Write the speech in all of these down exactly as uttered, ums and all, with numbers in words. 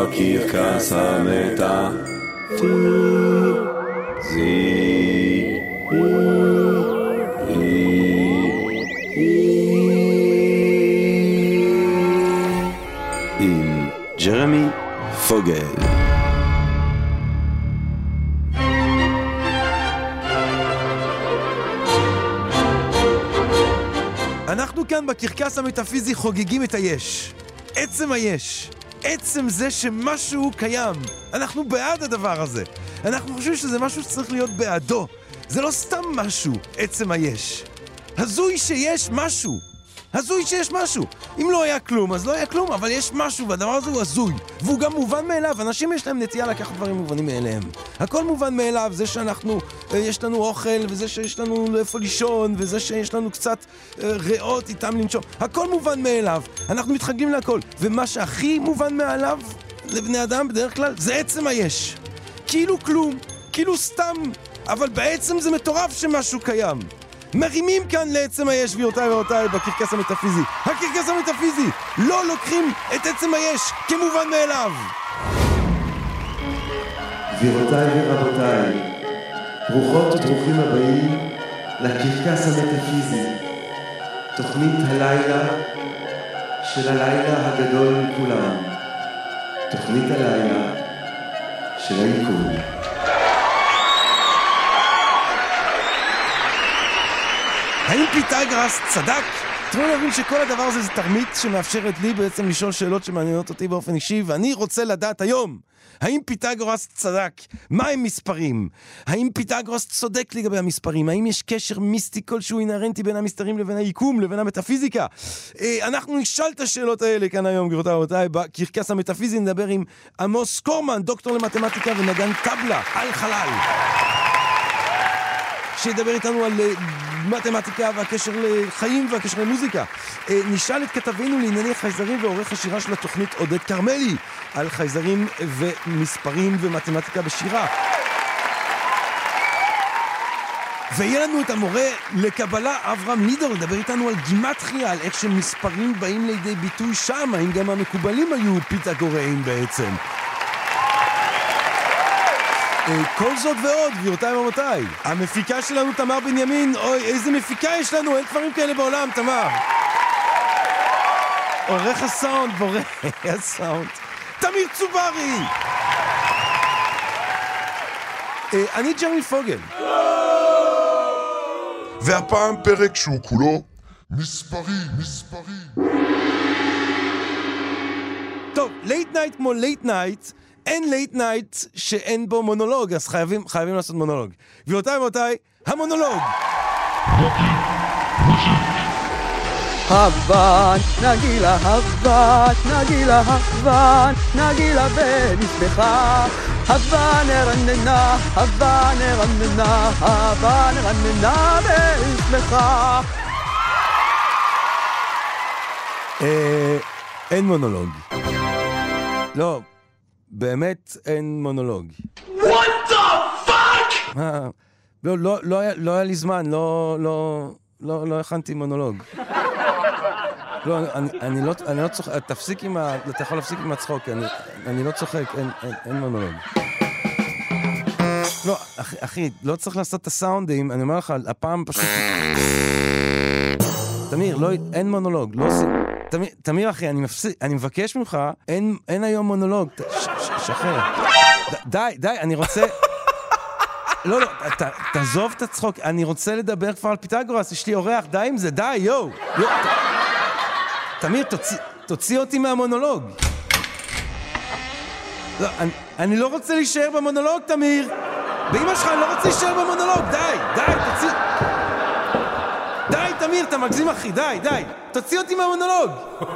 בקרקס המטאפיזי. עם ג'רמי פוגל. אנחנו כאן בקרקס המטאפיזי חוגגים את היש. עצם היש. עצם זה שמשהו קיים. אנחנו בעד הדבר הזה. אנחנו חושבים שזה משהו שצריך להיות בעדו. זה לא סתם משהו, עצם היש. הזוי שיש משהו. הזוי שיש משהו. אם לא היה כלום, אז לא היה כלום, אבל יש משהו, והדבר הזה הוא הזוי. והוא גם מובן מאליו. אנשים יש להם נטייה לקחת דברים מובנים מאליהם. הכל מובן מאליו, זה שאנחנו, יש לנו אוכל, וזה שיש לנו איפה לישון, וזה שיש לנו קצת ריאות איתם לנשום. הכל מובן מאליו. אנחנו מתחגגים להכל. ומה שהכי מובן מאליו לבני אדם בדרך כלל, זה עצם היש. כאילו כלום, כאילו סתם, אבל בעצם זה מטורף שמשהו קיים. מרימים כאן לעצם היש, גבירותיי ורבותיי, בקרקס המטאפיזי. הקרקס המטאפיזי לא לוקחים את עצם היש כמובן מאליו. גבירותיי ורבותיי, ברוכות וברוכים הבאים לקרקס המטאפיזי, תוכנית הלילה של הלילה הגדול מכולם, תוכנית הלילה של היקום. האם פיתגורס צדק? תראו להבין שכל הדבר הזה זה תרמית שמאפשרת לי בעצם לשאול שאלות שמעניינות אותי באופן אישי, ואני רוצה לדעת היום, האם פיתגורס צדק? מה הם מספרים? האם פיתגורס צודק לגבי המספרים? האם יש קשר מיסטי כלשהו אינהרנטי בין המספרים לבין היקום, לבין המטאפיזיקה? אנחנו נשאל את השאלות האלה כאן היום, גבירותיי ורבותיי, בקרקס המטאפיזי. נדבר עם עמוס קורמן, דוקטור למתמטיקה ונגן טבלה על חלל, שידבר איתנו על מתמטיקה והקשר לחיים והקשר למוזיקה. נשאל את כתבינו לענייני חייזרים ועורך השירה של התוכנית עודד קרמלי על חייזרים ומספרים ומתמטיקה בשירה. ויהיה לנו את המורה לקבלה אברהם לידר לדבר איתנו על גימטריה, על איך שמספרים באים לידי ביטוי שם, האם גם המקובלים היו פיתגוראים בעצם. כל זאת ועוד, גבירותיי ורבותיי. המפיקה שלנו תמר בנימין. אוי, איזה מפיקה יש לנו, אין דברים כאלה בעולם, תמר. עורך הסאונד, עורך הסאונד, תמיר צוברי. אני ג'רמי פוגל. והפעם פרק שהוא כולו מספרים, מספרים. טוב, לייט נייט כמו לייט נייט, אין לייט נייט שאין בו מונולוג, אז חייבים, חייבים לעשות מונולוג. גבירותיי ורבותיי, המונולוג. הוון, נגילה, הוון, נגילה, הוון, נגילה ונשמחה. הוון הרננה, הוון הרננה, הוון הרננה ונשמחה. אין מונולוג. לא. באמת אין מונולוג. What the fuck? לא, לא, לא היה, לא היה לי זמן, לא, לא, לא, לא הכנתי מונולוג. לא, אני, אני לא, אני לא צוחק, תפסיק עם ה, אתה יכול להפסיק עם הצחוק, אני, אני לא צוחק, אין, אין, אין מונולוג. לא, אחי, אחי, לא צריך לעשות את הסאונדים, אני אומר לך, הפעם פשוט... תמיר, לא, אין מונולוג, לא עושים... תמיר, תמיר אחי, אני מפסיק, אני מבקש ממך, אין, אין היום מונולוג, שחרר. די, די, אני רוצה... לא, לא, ת, תעזוב את הצחוק, אני רוצה לדבר כבר על פיתגורס, יש לי אורח, די עם זה, די, יו. תמיר, תוציא, תוציא אותי מהמונולוג. לא, אני, אני לא רוצה להישאר במונולוג, תמיר. באמא שלך, אני לא רוצה להישאר במונולוג, די, די, תוציא... די, תמיר, אתה מגזים אחי, די, די. תוציא אותי מהמונולוג.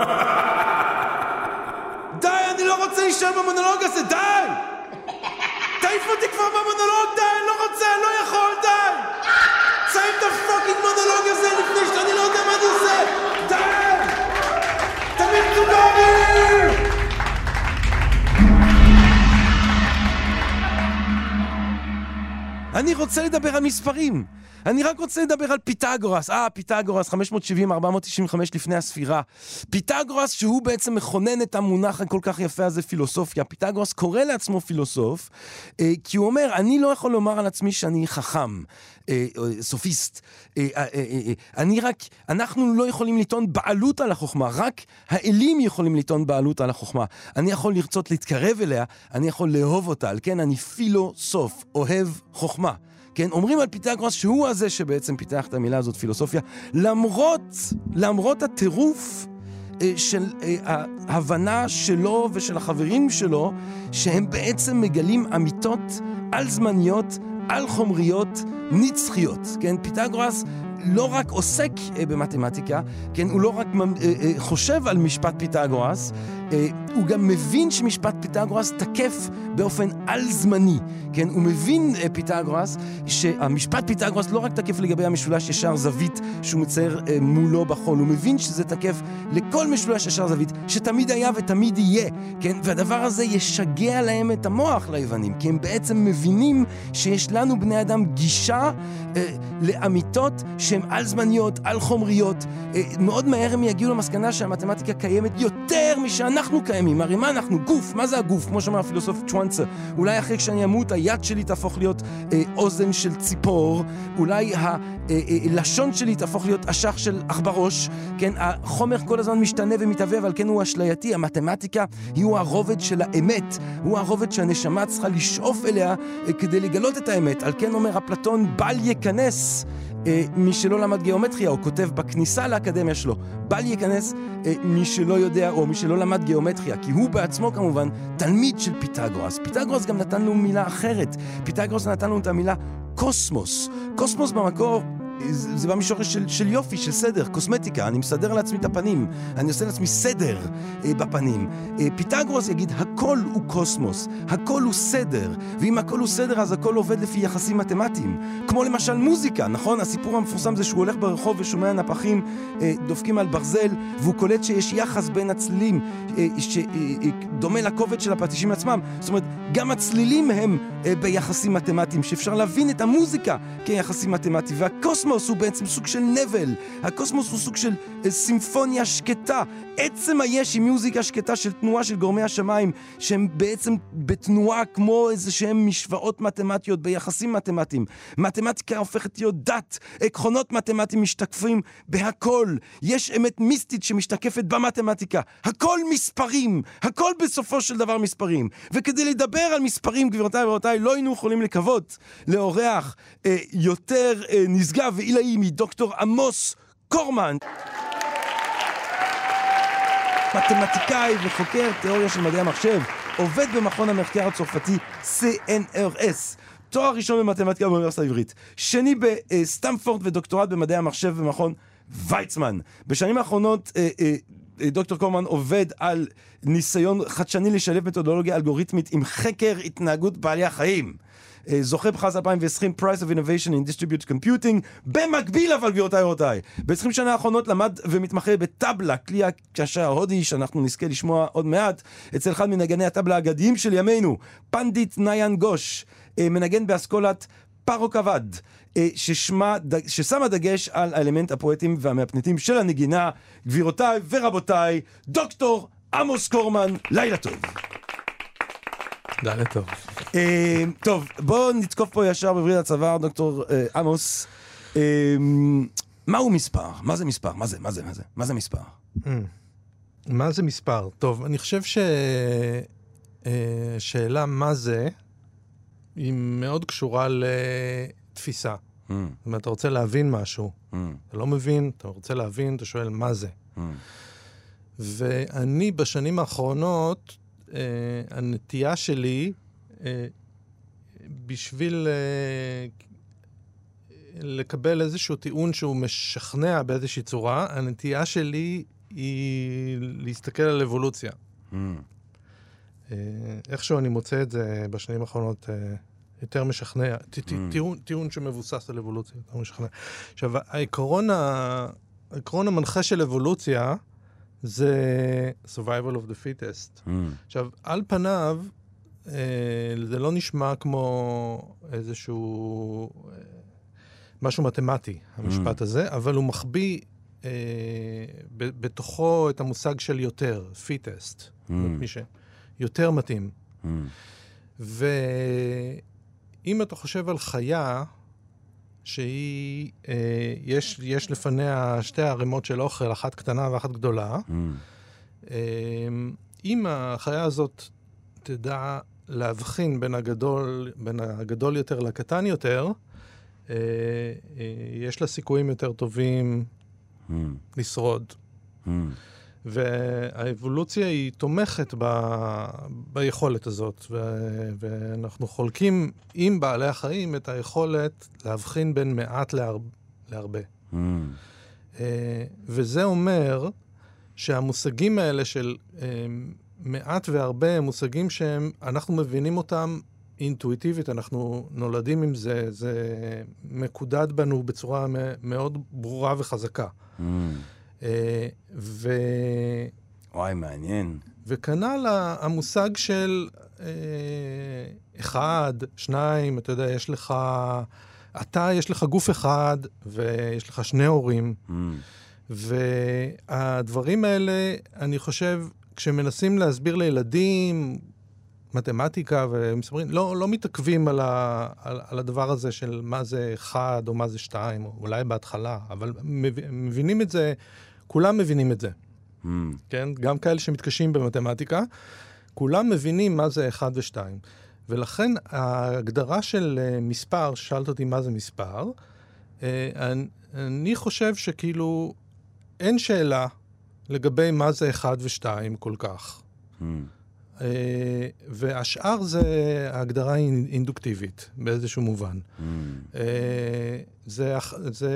די, אני לא רוצה להישאר במונולוג הזה, די! תעיף אותי כבר במונולוג, די, אני לא רוצה, אני לא יכול, די! צעים את הפוקינג מונולוג הזה לפני שאני לא יודע מה אני עושה! די! תמיר צוברי! אני רוצה לדבר על מספרים. אני רק רוצה לדבר על פיתגורס. אה, פיתגורס, חמש מאות שבעים עד ארבע מאות תשעים וחמש לפני הספירה. פיתגורס, שהוא בעצם מכונן את המונח הכל כך יפה הזה, פילוסופיה. פיתגורס קורא לעצמו פילוסוף, אה, כי הוא אומר, אני לא יכול לומר על עצמי שאני חכם, אה, אה, סופיסט. אה, אה, אה, אה, אני רק, אנחנו לא יכולים לטעון בעלות על החוכמה, רק האלים יכולים לטעון בעלות על החוכמה. אני יכול לרצות להתקרב אליה, אני יכול לאהוב אותה, על כן אני פילוסוף, אוהב חוכמה. כן, אומרים על פיתגורס שהוא הזה שבעצם פיתח את המילה הזאת פילוסופיה, למרות, למרות הטירוף אה, של אה, ההבנה שלו ושל החברים שלו, שהם בעצם מגלים אמיתות על זמניות, על חומריות, נצחיות. כן, פיתגורס לא רק עוסק אה, במתמטיקה, כן, הוא לא רק אה, אה, חושב על משפט פיתגורס, אה, הוא גם מבין שמשפט פיתגורס תקף באופן על-זמני. כן, הוא מבין אה, פיתגורס שהמשפט פיתגורס לא רק תקף לגבי המשולש ישר זווית שהוא מצייר אה, מולו בחול, הוא מבין שזה תקף לכל משולש ישר זווית שתמיד היה ותמיד יהיה. כן, והדבר הזה ישגע להם את המוח ליוונים, כי הם בעצם מבינים שיש לנו בני אדם גישה אה, לאמיתות שהן על-זמניות, על-חומריות. אה, מאוד מהר הם יגיעו למסקנה שהמתמטיקה קיימת יותר משאנחנו קיימים. הרי מה אנחנו? גוף. מה זה הגוף? כמו שאומר הפילוסוף צ'ואנסה. אולי אחרי כשאני אמות, היד שלי תהפוך להיות אה, אוזן של ציפור, אולי הלשון אה, אה, שלי תהפוך להיות אשך של אכברוש, כן? החומר כל הזמן משתנה ומתהווה, אבל כן הוא אשלייתי. המתמטיקה היא הרובד של האמת, הוא הרובד שהנשמה צריכה לשאוף אליה אה, כדי לגלות את האמת. על כן אומר אפלטון, בל ייכנס אה, מי שלא למד גיאומטריה, או כותב בכניסה לאקדמיה שלו, בל ייכנס אה, מי שלא יודע, או מי שלא למד גיאומטריה, כי הוא בעצמו כמובן תלמיד של פיתגורס. פיתגורס גם נתן לנו מילה אחרת. פיתגורס נתן לנו את המילה קוסמוס. קוסמוס במקור זה, זה במישור של, של יופי, של סדר, קוסמטיקה. אני מסדר לעצמי את הפנים, אני עושה לעצמי סדר אה, בפנים. אה, פיתגורס יגיד, הכל הוא קוסמוס, הכל הוא סדר, ואם הכל הוא סדר אז הכל עובד לפי יחסים מתמטיים. כמו למשל מוזיקה, נכון? הסיפור המפורסם זה שהוא הולך ברחוב ושומע נפחים אה, דופקים על ברזל, והוא קולט שיש יחס בין הצלילים אה, שדומה אה, לכובד של הפטישים עצמם. זאת אומרת, גם הצלילים הם אה, ביחסים מתמטיים, שאפשר להבין את המוזיקה כיחסים מתמטיים, והקוסמוס הוא בעצם סוג של נבל. הקוסמוס הוא סוג של אה, סימפוניה שקטה. עצם היש היא מוזיקה שקטה של תנועה של גורמי השמיים, שהם בעצם בתנועה כמו איזה שהם משוואות מתמטיות ביחסים מתמטיים. מתמטיקה הופכת להיות דת. עקרונות מתמטיים משתקפים בהכל. יש אמת מיסטית שמשתקפת במתמטיקה. הכל מספרים. הכל בסופו של דבר מספרים. וכדי לדבר על מספרים, גבירותיי ורבותיי, לא היינו יכולים לקוות לאורח אה, יותר אה, נשגב ועילאי מדוקטור עמוס קורמן. מתמטיקאי וחוקר תיאוריה של מדעי המחשב, עובד במכון המחקר הצרפתי סי אן אר אס, תואר ראשון במתמטיקה באוניברסיטה העברית, שני בסטמפורד ודוקטורט במדעי המחשב במכון ויצמן. בשנים האחרונות דוקטור קורמן עובד על ניסיון חדשני לשלב מתודולוגיה אלגוריתמית עם חקר התנהגות בעלי החיים. זוכה בפרס אלפיים ועשרים Prize of Innovation in Distributed Computing. במקביל אבל גבירותיי ורבותיי, ב-עשרים שנה האחרונות למד ומתמחה בטבלה, כלי הקשה ההודי שאנחנו נזכה לשמוע עוד מעט אצל אחד מנגני הטבלה האגדיים של ימינו, פנדיט ניין גוש, מנגן באסכולת פרוקווד, ששמה, ששמה דגש על האלמנט הפואטיים והמאפנטים של הנגינה. גבירותיי ורבותיי, דוקטור עמוס קורמן, לילה טוב. לילה טוב. טוב, בואו נתקוף פה ישר בברית הצוואר, דוקטור עמוס. מהו מספר? מה זה מספר? מה זה? מה זה? מה זה? מה זה מספר? מה זה מספר? טוב, אני חושב ששאלה מה זה היא מאוד קשורה לתפיסה. זאת אומרת, אתה רוצה להבין משהו, אתה לא מבין, אתה רוצה להבין, אתה שואל מה זה. ואני בשנים האחרונות, Uh, הנטייה שלי uh, בשביל uh, לקבל איזשהו טיעון שהוא משכנע באיזושהי צורה, הנטייה שלי היא להסתכל על אבולוציה. Mm. Uh, איכשהו אני מוצא את זה בשנים האחרונות uh, יותר משכנע, ט- mm. טיעון, טיעון שמבוסס על אבולוציה, יותר משכנע. עכשיו, העקרון, ה- העקרון המנחה של אבולוציה זה survival of the fittest. Mm. עכשיו, על פניו, זה לא נשמע כמו איזשהו משהו מתמטי, המשפט הזה, אבל הוא מחביא בתוכו את המושג של יותר, fittest, מי שיותר מתאים. ואם אתה חושב על חיה, שהיא, יש, יש לפניה שתי ערימות של אוכל, אחת קטנה ואחת גדולה, אם החיה הזאת תדע להבחין בין הגדול, בין הגדול יותר לקטן יותר, יש לה סיכויים יותר טובים לשרוד. והאבולוציה היא תומכת ב, ביכולת הזאת, ו, ואנחנו חולקים עם בעלי החיים את היכולת להבחין בין מעט להר, להרבה. Mm. Uh, וזה אומר שהמושגים האלה של uh, מעט והרבה הם מושגים שהם, אנחנו מבינים אותם אינטואיטיבית, אנחנו נולדים עם זה, זה מקודד בנו בצורה מאוד ברורה וחזקה. Mm. ו... וואי, מעניין. וכנ"ל המושג של אה, אחד, שניים, אתה יודע, יש לך, אתה, יש לך גוף אחד, ויש לך שני הורים. Mm. והדברים האלה, אני חושב, כשמנסים להסביר לילדים, מתמטיקה ומספרים, לא, לא מתעכבים על, ה, על, על הדבר הזה של מה זה אחד או מה זה שתיים, או אולי בהתחלה, אבל מבינים את זה, כולם מבינים את זה. Mm. כן? גם כאלה שמתקשים במתמטיקה, כולם מבינים מה זה אחד ושתיים. ולכן ההגדרה של מספר, שאלת אותי מה זה מספר, אני, אני חושב שכאילו אין שאלה לגבי מה זה אחד ושתיים כל כך. Mm. Uh, והשאר זה ההגדרה אינדוקטיבית באיזשהו מובן. Mm. Uh, זה, זה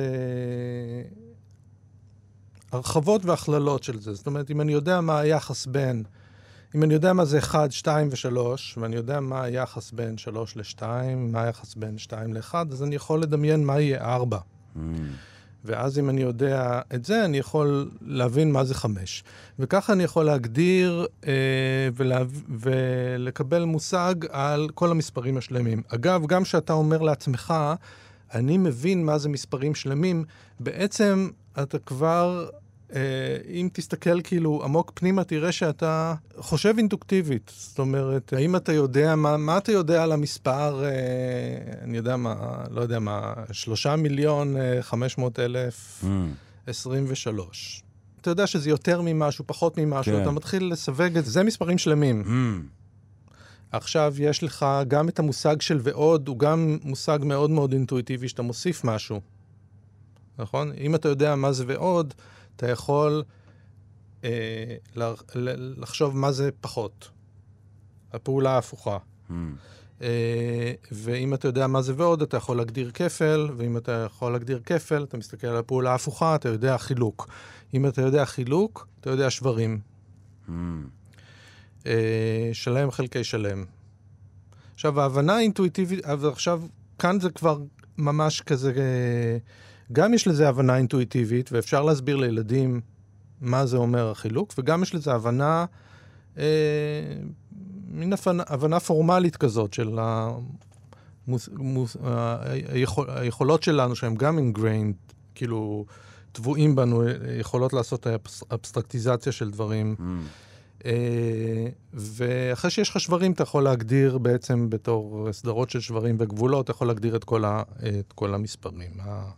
הרחבות והכללות של זה. זאת אומרת, אם אני יודע מה היחס בין, אם אני יודע מה זה אחד, שתיים ושלוש, ואני יודע מה היחס בין שלוש לשתיים, מה היחס בין שתיים לאחד, אז אני יכול לדמיין מה יהיה ארבע. Mm. ואז אם אני יודע את זה, אני יכול להבין מה זה חמש. וככה אני יכול להגדיר אה, ולה, ולקבל מושג על כל המספרים השלמים. אגב, גם שאתה אומר לעצמך, אני מבין מה זה מספרים שלמים, בעצם אתה כבר, אה, אם תסתכל כאילו עמוק פנימה, תראה שאתה חושב אינדוקטיבית. זאת אומרת, האם אתה יודע, מה, מה אתה יודע על המספר, אה, אני יודע מה, לא יודע מה, שלושה מיליון, אה, חמש מאות אלף, mm. עשרים ושלוש. אתה יודע שזה יותר ממשהו, פחות ממשהו, כן. אתה מתחיל לסווג את זה, זה מספרים שלמים. Mm. עכשיו יש לך גם את המושג של ועוד, הוא גם מושג מאוד מאוד אינטואיטיבי, שאתה מוסיף משהו. נכון? אם אתה יודע מה זה ועוד, אתה יכול אה, לחשוב מה זה פחות. הפעולה ההפוכה. Mm. אה, ואם אתה יודע מה זה ועוד, אתה יכול להגדיר כפל, ואם אתה יכול להגדיר כפל, אתה מסתכל על הפעולה ההפוכה, אתה יודע חילוק. אם אתה יודע חילוק, אתה יודע שברים. Mm. אה, שלם חלקי שלם. עכשיו, ההבנה האינטואיטיבית, אבל עכשיו, כאן זה כבר ממש כזה... אה, גם יש לזה הבנה אינטואיטיבית, ואפשר להסביר לילדים מה זה אומר החילוק, וגם יש לזה הבנה, אה, מין הבנה, הבנה פורמלית כזאת של המוס, מוס, היכול, היכולות שלנו, שהן גם ingrained, כאילו, טבועים בנו, יכולות לעשות אבסטרקטיזציה של דברים. Mm. אה, ואחרי שיש לך שברים, אתה יכול להגדיר בעצם בתור סדרות של שברים וגבולות, אתה יכול להגדיר את כל, ה, את כל המספרים.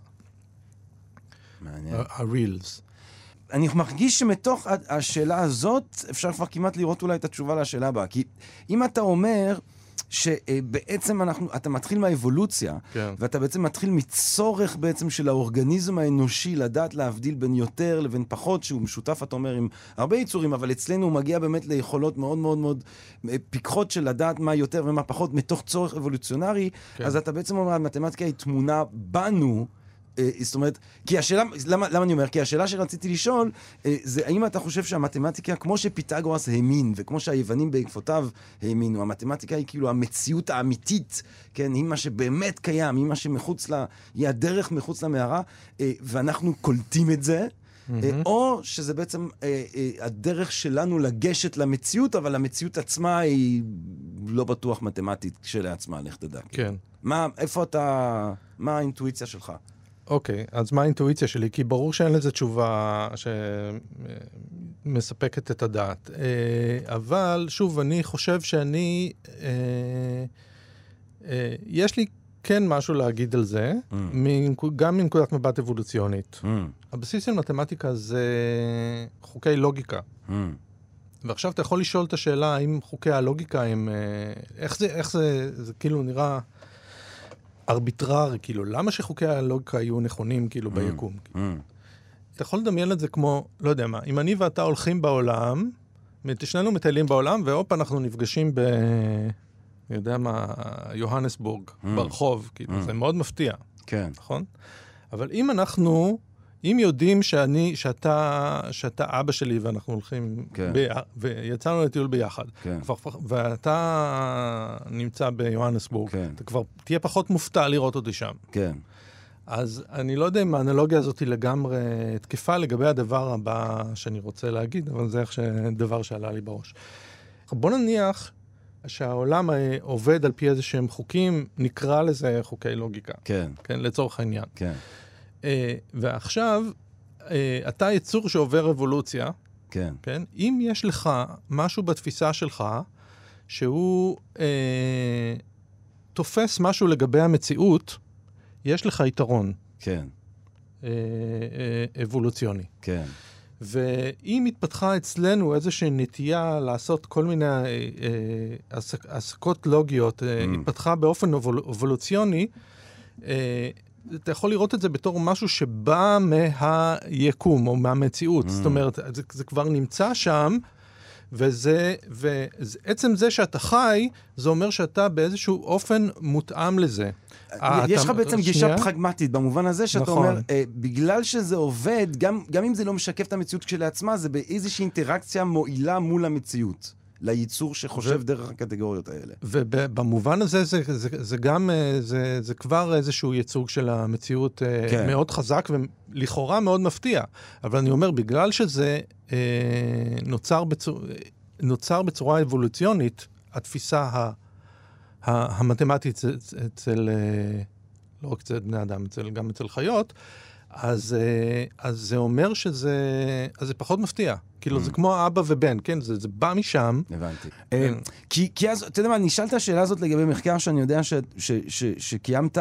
ה-reels. אני מרגיש שמתוך השאלה הזאת אפשר כבר כמעט לראות אולי את התשובה לשאלה הבאה. כי אם אתה אומר שבעצם אנחנו, אתה מתחיל מהאבולוציה, כן. ואתה בעצם מתחיל מצורך בעצם של האורגניזם האנושי לדעת להבדיל בין יותר לבין פחות, שהוא משותף, אתה אומר, עם הרבה יצורים, אבל אצלנו הוא מגיע באמת ליכולות מאוד מאוד מאוד פיקחות של לדעת מה יותר ומה פחות, מתוך צורך אבולוציונרי, כן. אז אתה בעצם אומר, המתמטיקה היא תמונה בנו, זאת אומרת, כי השאלה, למה, למה אני אומר? כי השאלה שרציתי לשאול, זה האם אתה חושב שהמתמטיקה, כמו שפיתגורס האמין, וכמו שהיוונים בעקבותיו האמינו, המתמטיקה היא כאילו המציאות האמיתית, כן? היא מה שבאמת קיים, היא מה שמחוץ לה, היא הדרך מחוץ למערה, ואנחנו קולטים את זה, Mm-hmm. או שזה בעצם אה, אה, הדרך שלנו לגשת למציאות, אבל המציאות עצמה היא לא בטוח מתמטית כשלעצמה, לך תדע. כן. מה, איפה אתה, מה האינטואיציה שלך? אוקיי, אז מה האינטואיציה שלי? כי ברור שאין לזה תשובה שמספקת את הדעת. אבל, שוב, אני חושב שאני... יש לי כן משהו להגיד על זה, mm. גם מנקודת מבט אבולוציונית. Mm. הבסיס של מתמטיקה זה חוקי לוגיקה. Mm. ועכשיו אתה יכול לשאול את השאלה, האם חוקי הלוגיקה הם... איך זה, איך זה, זה כאילו נראה ארביטררי, כאילו, למה שחוקי הלוגיקה יהיו נכונים, כאילו, mm. ביקום? Mm. אתה יכול לדמיין את זה כמו, לא יודע מה, אם אני ואתה הולכים בעולם, שנינו מטיילים בעולם, ואופ, אנחנו נפגשים ב... אני יודע מה, יוהנסבורג, mm. ברחוב, כאילו, mm. זה מאוד מפתיע. כן. נכון? אבל אם אנחנו, אם יודעים שאני, שאתה, שאתה אבא שלי ואנחנו הולכים, כן. ב, ויצאנו לטיול ביחד, כן. ואתה נמצא ביוהנסבורג, כן. אתה כבר תהיה פחות מופתע לראות אותי שם. כן. אז אני לא יודע אם האנלוגיה הזאת היא לגמרי תקפה לגבי הדבר הבא שאני רוצה להגיד, אבל זה איך דבר שעלה לי בראש. בוא נניח שהעולם עובד על פי איזה שהם חוקים, נקרא לזה חוקי לוגיקה. כן. כן, לצורך העניין. כן. Uh, ועכשיו, uh, אתה יצור שעובר אבולוציה. כן. כן? אם יש לך משהו בתפיסה שלך, שהוא uh, תופס משהו לגבי המציאות, יש לך יתרון. כן. Uh, uh, אבולוציוני. כן. ואם התפתחה אצלנו איזושהי נטייה לעשות כל מיני אה, אה, עסקות לוגיות, אה, mm. התפתחה באופן אבול, אבולוציוני, אה, אתה יכול לראות את זה בתור משהו שבא מהיקום או מהמציאות. Mm. זאת אומרת, זה, זה כבר נמצא שם, וזה, ועצם זה שאתה חי, זה אומר שאתה באיזשהו אופן מותאם לזה. יש לך בעצם גישה פרגמטית, במובן הזה שאתה אומר, בגלל שזה עובד, גם אם זה לא משקף את המציאות כשלעצמה, זה באיזושהי אינטראקציה מועילה מול המציאות, לייצור שחושב דרך הקטגוריות האלה. ובמובן הזה זה גם, זה כבר איזשהו ייצוג של המציאות מאוד חזק, ולכאורה מאוד מפתיע. אבל אני אומר, בגלל שזה נוצר בצורה אבולוציונית, התפיסה ה... המתמטית אצל, לא רק אצל בני אדם, אצל, גם אצל חיות, אז, אז זה אומר שזה, אז זה פחות מפתיע. כאילו, זה כמו אבא ובן, כן? זה, זה בא משם. הבנתי. כי, כי אז, אתה יודע מה, אני אשאל את השאלה הזאת לגבי מחקר שאני יודע ש, ש, ש, שקיימת,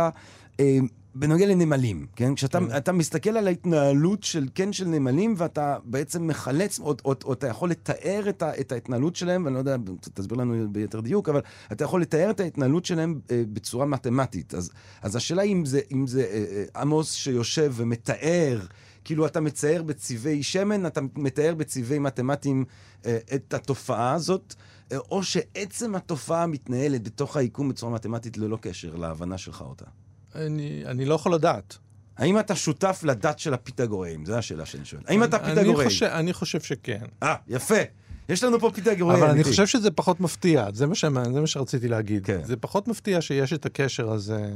בנוגע לנמלים, כן? כשאתה אתה מסתכל על ההתנהלות של, כן, של נמלים, ואתה בעצם מחלץ, או, או, או אתה יכול לתאר את, ה, את ההתנהלות שלהם, ואני לא יודע, תסביר לנו ביתר דיוק, אבל אתה יכול לתאר את ההתנהלות שלהם אה, בצורה מתמטית. אז, אז השאלה אם זה, אם זה אה, עמוס שיושב ומתאר, כאילו אתה מצייר בצבעי שמן, אתה מתאר בצבעי מתמטיים אה, את התופעה הזאת, אה, או שעצם התופעה מתנהלת בתוך היקום בצורה מתמטית ללא קשר להבנה שלך אותה. אני, אני לא יכול לדעת. האם אתה שותף לדת של הפיתגוראים? זו השאלה שאני שואל. האם אתה פיתגוראי? אני חושב, אני חושב שכן. אה, יפה. יש לנו פה פיתגוראי. אבל אני חושב שזה פחות מפתיע. זה מה, שמה, זה מה שרציתי להגיד. כן. זה פחות מפתיע שיש את הקשר הזה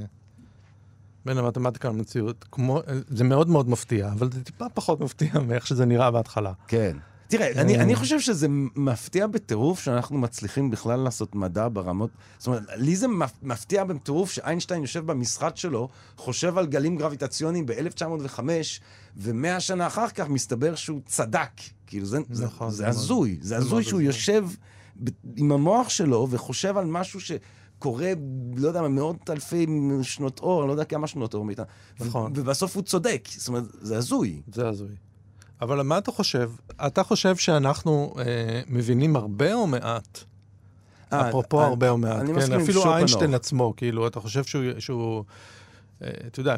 בין המתמטיקה למציאות. כמו, זה מאוד מאוד מפתיע, אבל זה טיפה פחות מפתיע מאיך שזה נראה בהתחלה. כן. תראה, אני, אני חושב שזה מפתיע בטירוף שאנחנו מצליחים בכלל לעשות מדע ברמות... זאת אומרת, לי זה מפתיע בטירוף שאיינשטיין יושב במשרד שלו, חושב על גלים גרביטציוניים ב-אלף תשע מאות וחמש, ומאה שנה אחר כך מסתבר שהוא צדק. כאילו, זה, נכון, זה, זה הזוי. זה הזוי שהוא יושב עם המוח שלו וחושב על משהו שקורה, לא יודע, מאות אלפי שנות אור, אני לא יודע כמה שנות אור מאיתנו. נכון. ובסוף הוא צודק. זאת אומרת, זה הזוי. זה הזוי. אבל מה אתה חושב? אתה חושב שאנחנו אה, מבינים הרבה או מעט? אה, אפרופו אה, הרבה או מעט. אני כן, מסכים עם אפילו איינשטיין עצמו, כאילו, אתה חושב שהוא, שהוא אה, אתה יודע,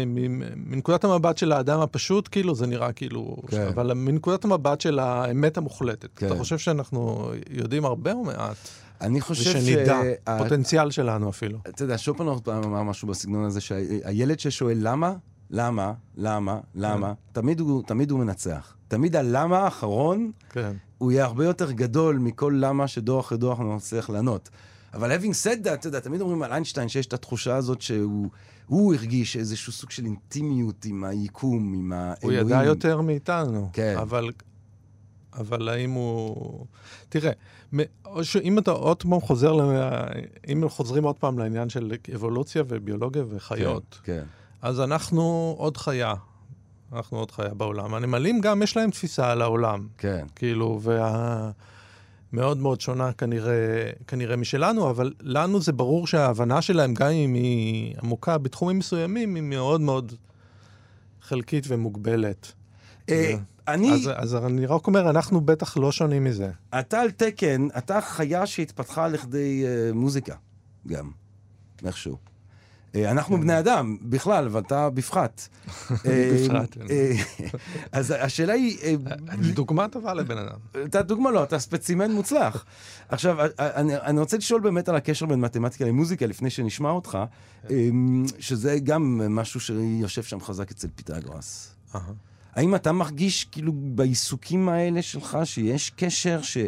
מנקודת המבט של האדם הפשוט, כאילו, זה נראה כאילו, כן. אבל מנקודת המבט של האמת המוחלטת, כן. אתה חושב שאנחנו יודעים הרבה או מעט? אני חושב ושנדע, ש... פוטנציאל שלנו אפילו. אתה יודע, שופנהאואר אמר משהו בסגנון הזה, שהילד ששואל למה, למה, למה, למה, תמיד הוא, תמיד הוא מנצח. תמיד הלמה האחרון, כן. הוא יהיה הרבה יותר גדול מכל למה שדור אחרי דור אנחנו נצליח לענות. אבל having said that, אתה יודע, תמיד אומרים על איינשטיין שיש את התחושה הזאת שהוא הוא הרגיש איזשהו סוג של אינטימיות עם היקום, עם האלוהים. הוא ידע יותר מאיתנו. כן. אבל אבל האם הוא... תראה, אם אתה עוד פעם חוזר, אם חוזרים עוד פעם לעניין של אבולוציה וביולוגיה וחיות, כן, כן. אז אנחנו עוד חיה. אנחנו עוד חיה בעולם. הנמלים גם יש להם תפיסה על העולם. כן. כאילו, וה... מאוד מאוד שונה כנראה, כנראה משלנו, אבל לנו זה ברור שההבנה שלהם, גם אם היא עמוקה בתחומים מסוימים, היא מאוד מאוד חלקית ומוגבלת. אני... אז, אז אני רק אומר, אנחנו בטח לא שונים מזה. אתה על תקן, אתה חיה שהתפתחה לכדי uh, מוזיקה, גם, איכשהו. Uh, אנחנו בני אדם, בכלל, ואתה בפחת. בפחת. אז השאלה היא... דוגמה טובה לבן אדם. אתה דוגמה לא, אתה ספצימן מוצלח. עכשיו, אני, אני רוצה לשאול באמת על הקשר בין מתמטיקה למוזיקה, לפני שנשמע אותך, שזה גם משהו שיושב שם חזק אצל פיתגורס. האם אתה מרגיש כאילו בעיסוקים האלה שלך שיש קשר ש...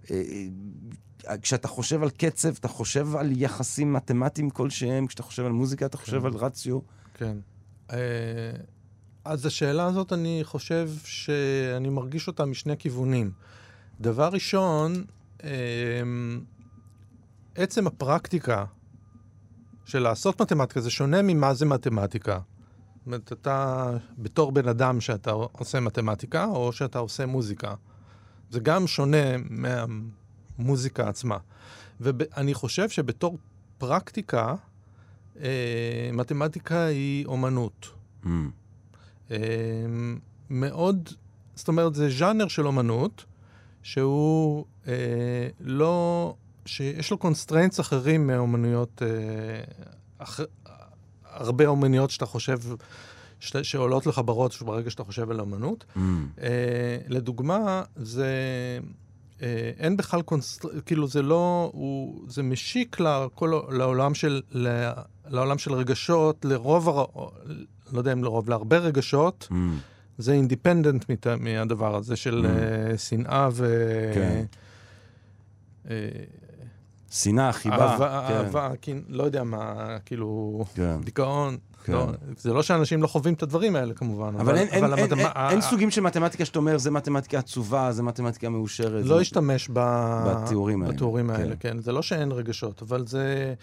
כשאתה חושב על קצב, אתה חושב על יחסים מתמטיים כלשהם, כשאתה חושב על מוזיקה, אתה חושב על רציו? כן. אז השאלה הזאת, אני חושב שאני מרגיש אותה משני כיוונים. דבר ראשון, עצם הפרקטיקה של לעשות מתמטיקה, זה שונה ממה זה מתמטיקה. זאת אומרת, אתה בתור בן אדם שאתה עושה מתמטיקה, או שאתה עושה מוזיקה. זה גם שונה מהמוזיקה עצמה. ואני חושב שבתור פרקטיקה, אה, מתמטיקה היא אומנות. Mm. אה, מאוד, זאת אומרת, זה ז'אנר של אומנות, שהוא אה, לא, שיש לו קונסטריינטס אחרים מאומנויות, אה, אח, הרבה אומנויות שאתה חושב, ש, שעולות לך בראש ברגע שאתה חושב על אומנות. Mm. אה, לדוגמה, זה... אין בכלל קונסטרנט, כאילו זה לא, הוא, זה משיק לכל, לעולם של, לעולם של רגשות, לרוב, לא יודע אם לרוב, להרבה רגשות, mm. זה אינדיפנדנט מת, מהדבר הזה של mm. שנאה ו... כן. שנאה, חיבה. אהבה, כן. אהבה, לא יודע מה, כאילו, כן. דיכאון. כן. לא, זה לא שאנשים לא חווים את הדברים האלה, כמובן. אבל, אבל, אין, אבל אין, המתמ... אין, אין, אין סוגים של מתמטיקה שאתה אומר, זה מתמטיקה עצובה, זה מתמטיקה מאושרת. לא השתמש ב... בתיאורים האלה. בתיאורים האלה, כן. כן. זה לא שאין רגשות, אבל זה...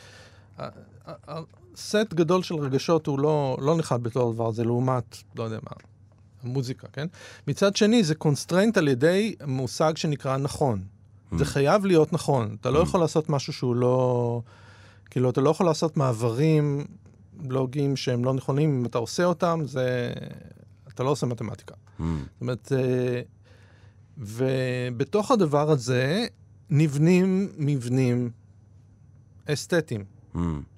סט גדול של רגשות הוא לא, לא נחד בתור דבר, זה לעומת, לא יודע מה, המוזיקה, כן? מצד שני, זה קונסטריינט על ידי מושג שנקרא נכון. Mm. זה חייב להיות נכון. אתה לא mm. יכול לעשות משהו שהוא לא... כאילו, אתה לא יכול לעשות מעברים... בלוגים שהם לא נכונים, אם אתה עושה אותם, זה... אתה לא עושה מתמטיקה. Mm. זאת אומרת, ובתוך הדבר הזה נבנים מבנים אסתטיים. Mm.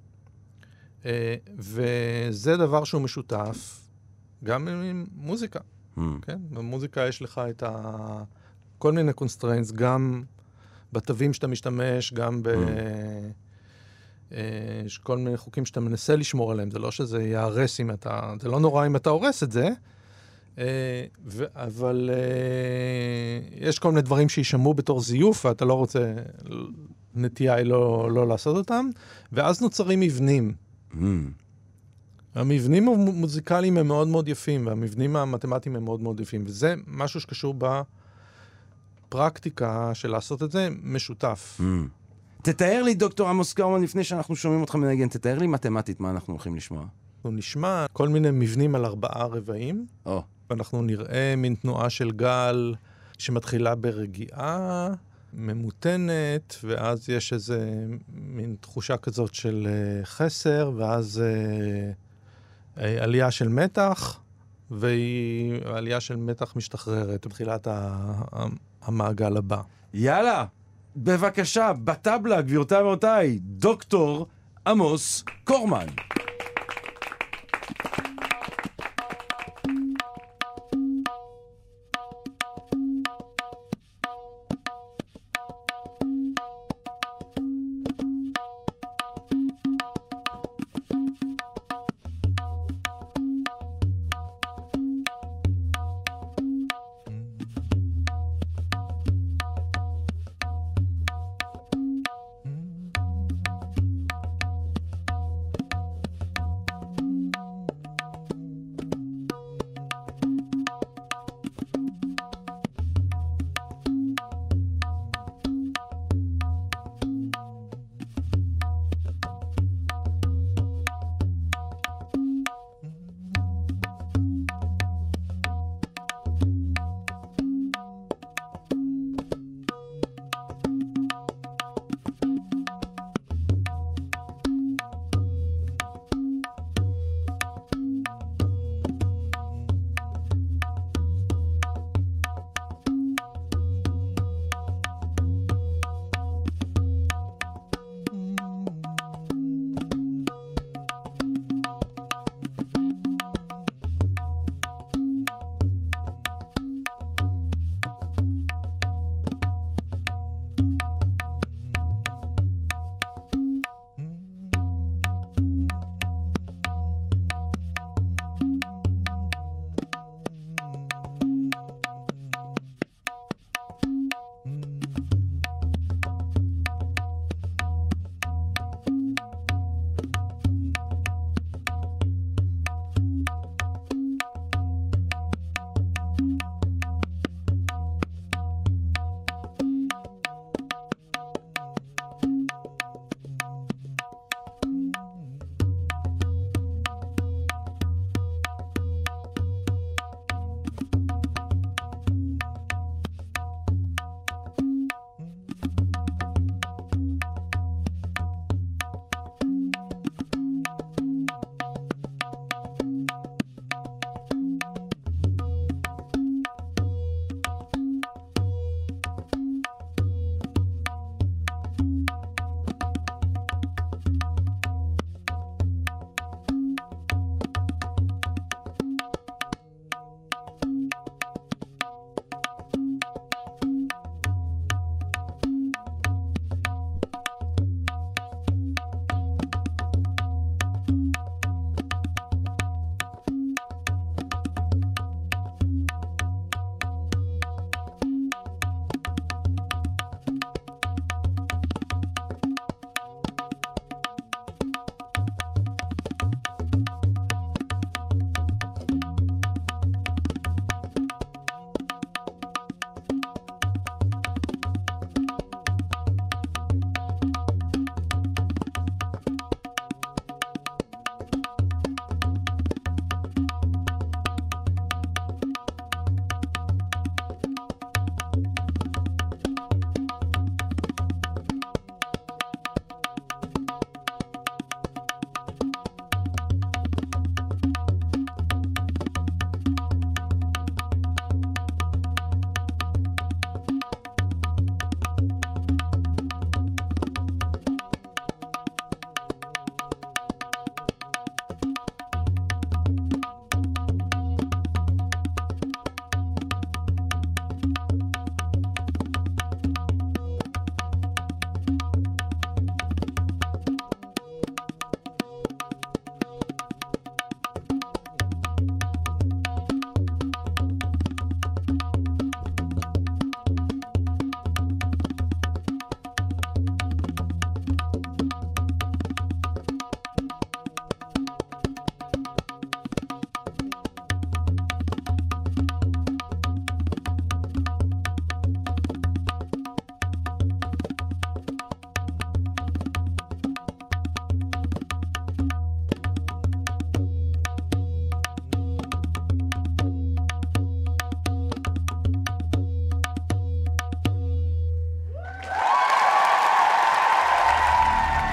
וזה דבר שהוא משותף גם עם מוזיקה. Mm. כן? במוזיקה יש לך את ה... כל מיני קונסטריינטס, גם בתווים שאתה משתמש, גם ב... Mm. יש כל מיני חוקים שאתה מנסה לשמור עליהם, זה לא שזה יערס אם אתה, זה לא נורא אם אתה הורס את זה, אבל יש כל מיני דברים שישמעו בתור זיוף, ואתה לא רוצה, נטייה היא לא, לא לעשות אותם, ואז נוצרים מבנים. Mm. המבנים המוזיקליים הם מאוד מאוד יפים, והמבנים המתמטיים הם מאוד מאוד יפים, וזה משהו שקשור בפרקטיקה של לעשות את זה משותף. Mm. תתאר לי, דוקטור עמוס קאומן, לפני שאנחנו שומעים אותך מנגן, תתאר לי מתמטית מה אנחנו הולכים לשמוע. אנחנו נשמע כל מיני מבנים על ארבעה רבעים, oh. ואנחנו נראה מין תנועה של גל שמתחילה ברגיעה, ממותנת, ואז יש איזה מין תחושה כזאת של uh, חסר, ואז uh, uh, עלייה של מתח, והיא עלייה של מתח משתחררת, בתחילת המעגל הבא. יאללה! בבקשה, בטבלה, גבירותיי ורבותיי, דוקטור עמוס קורמן.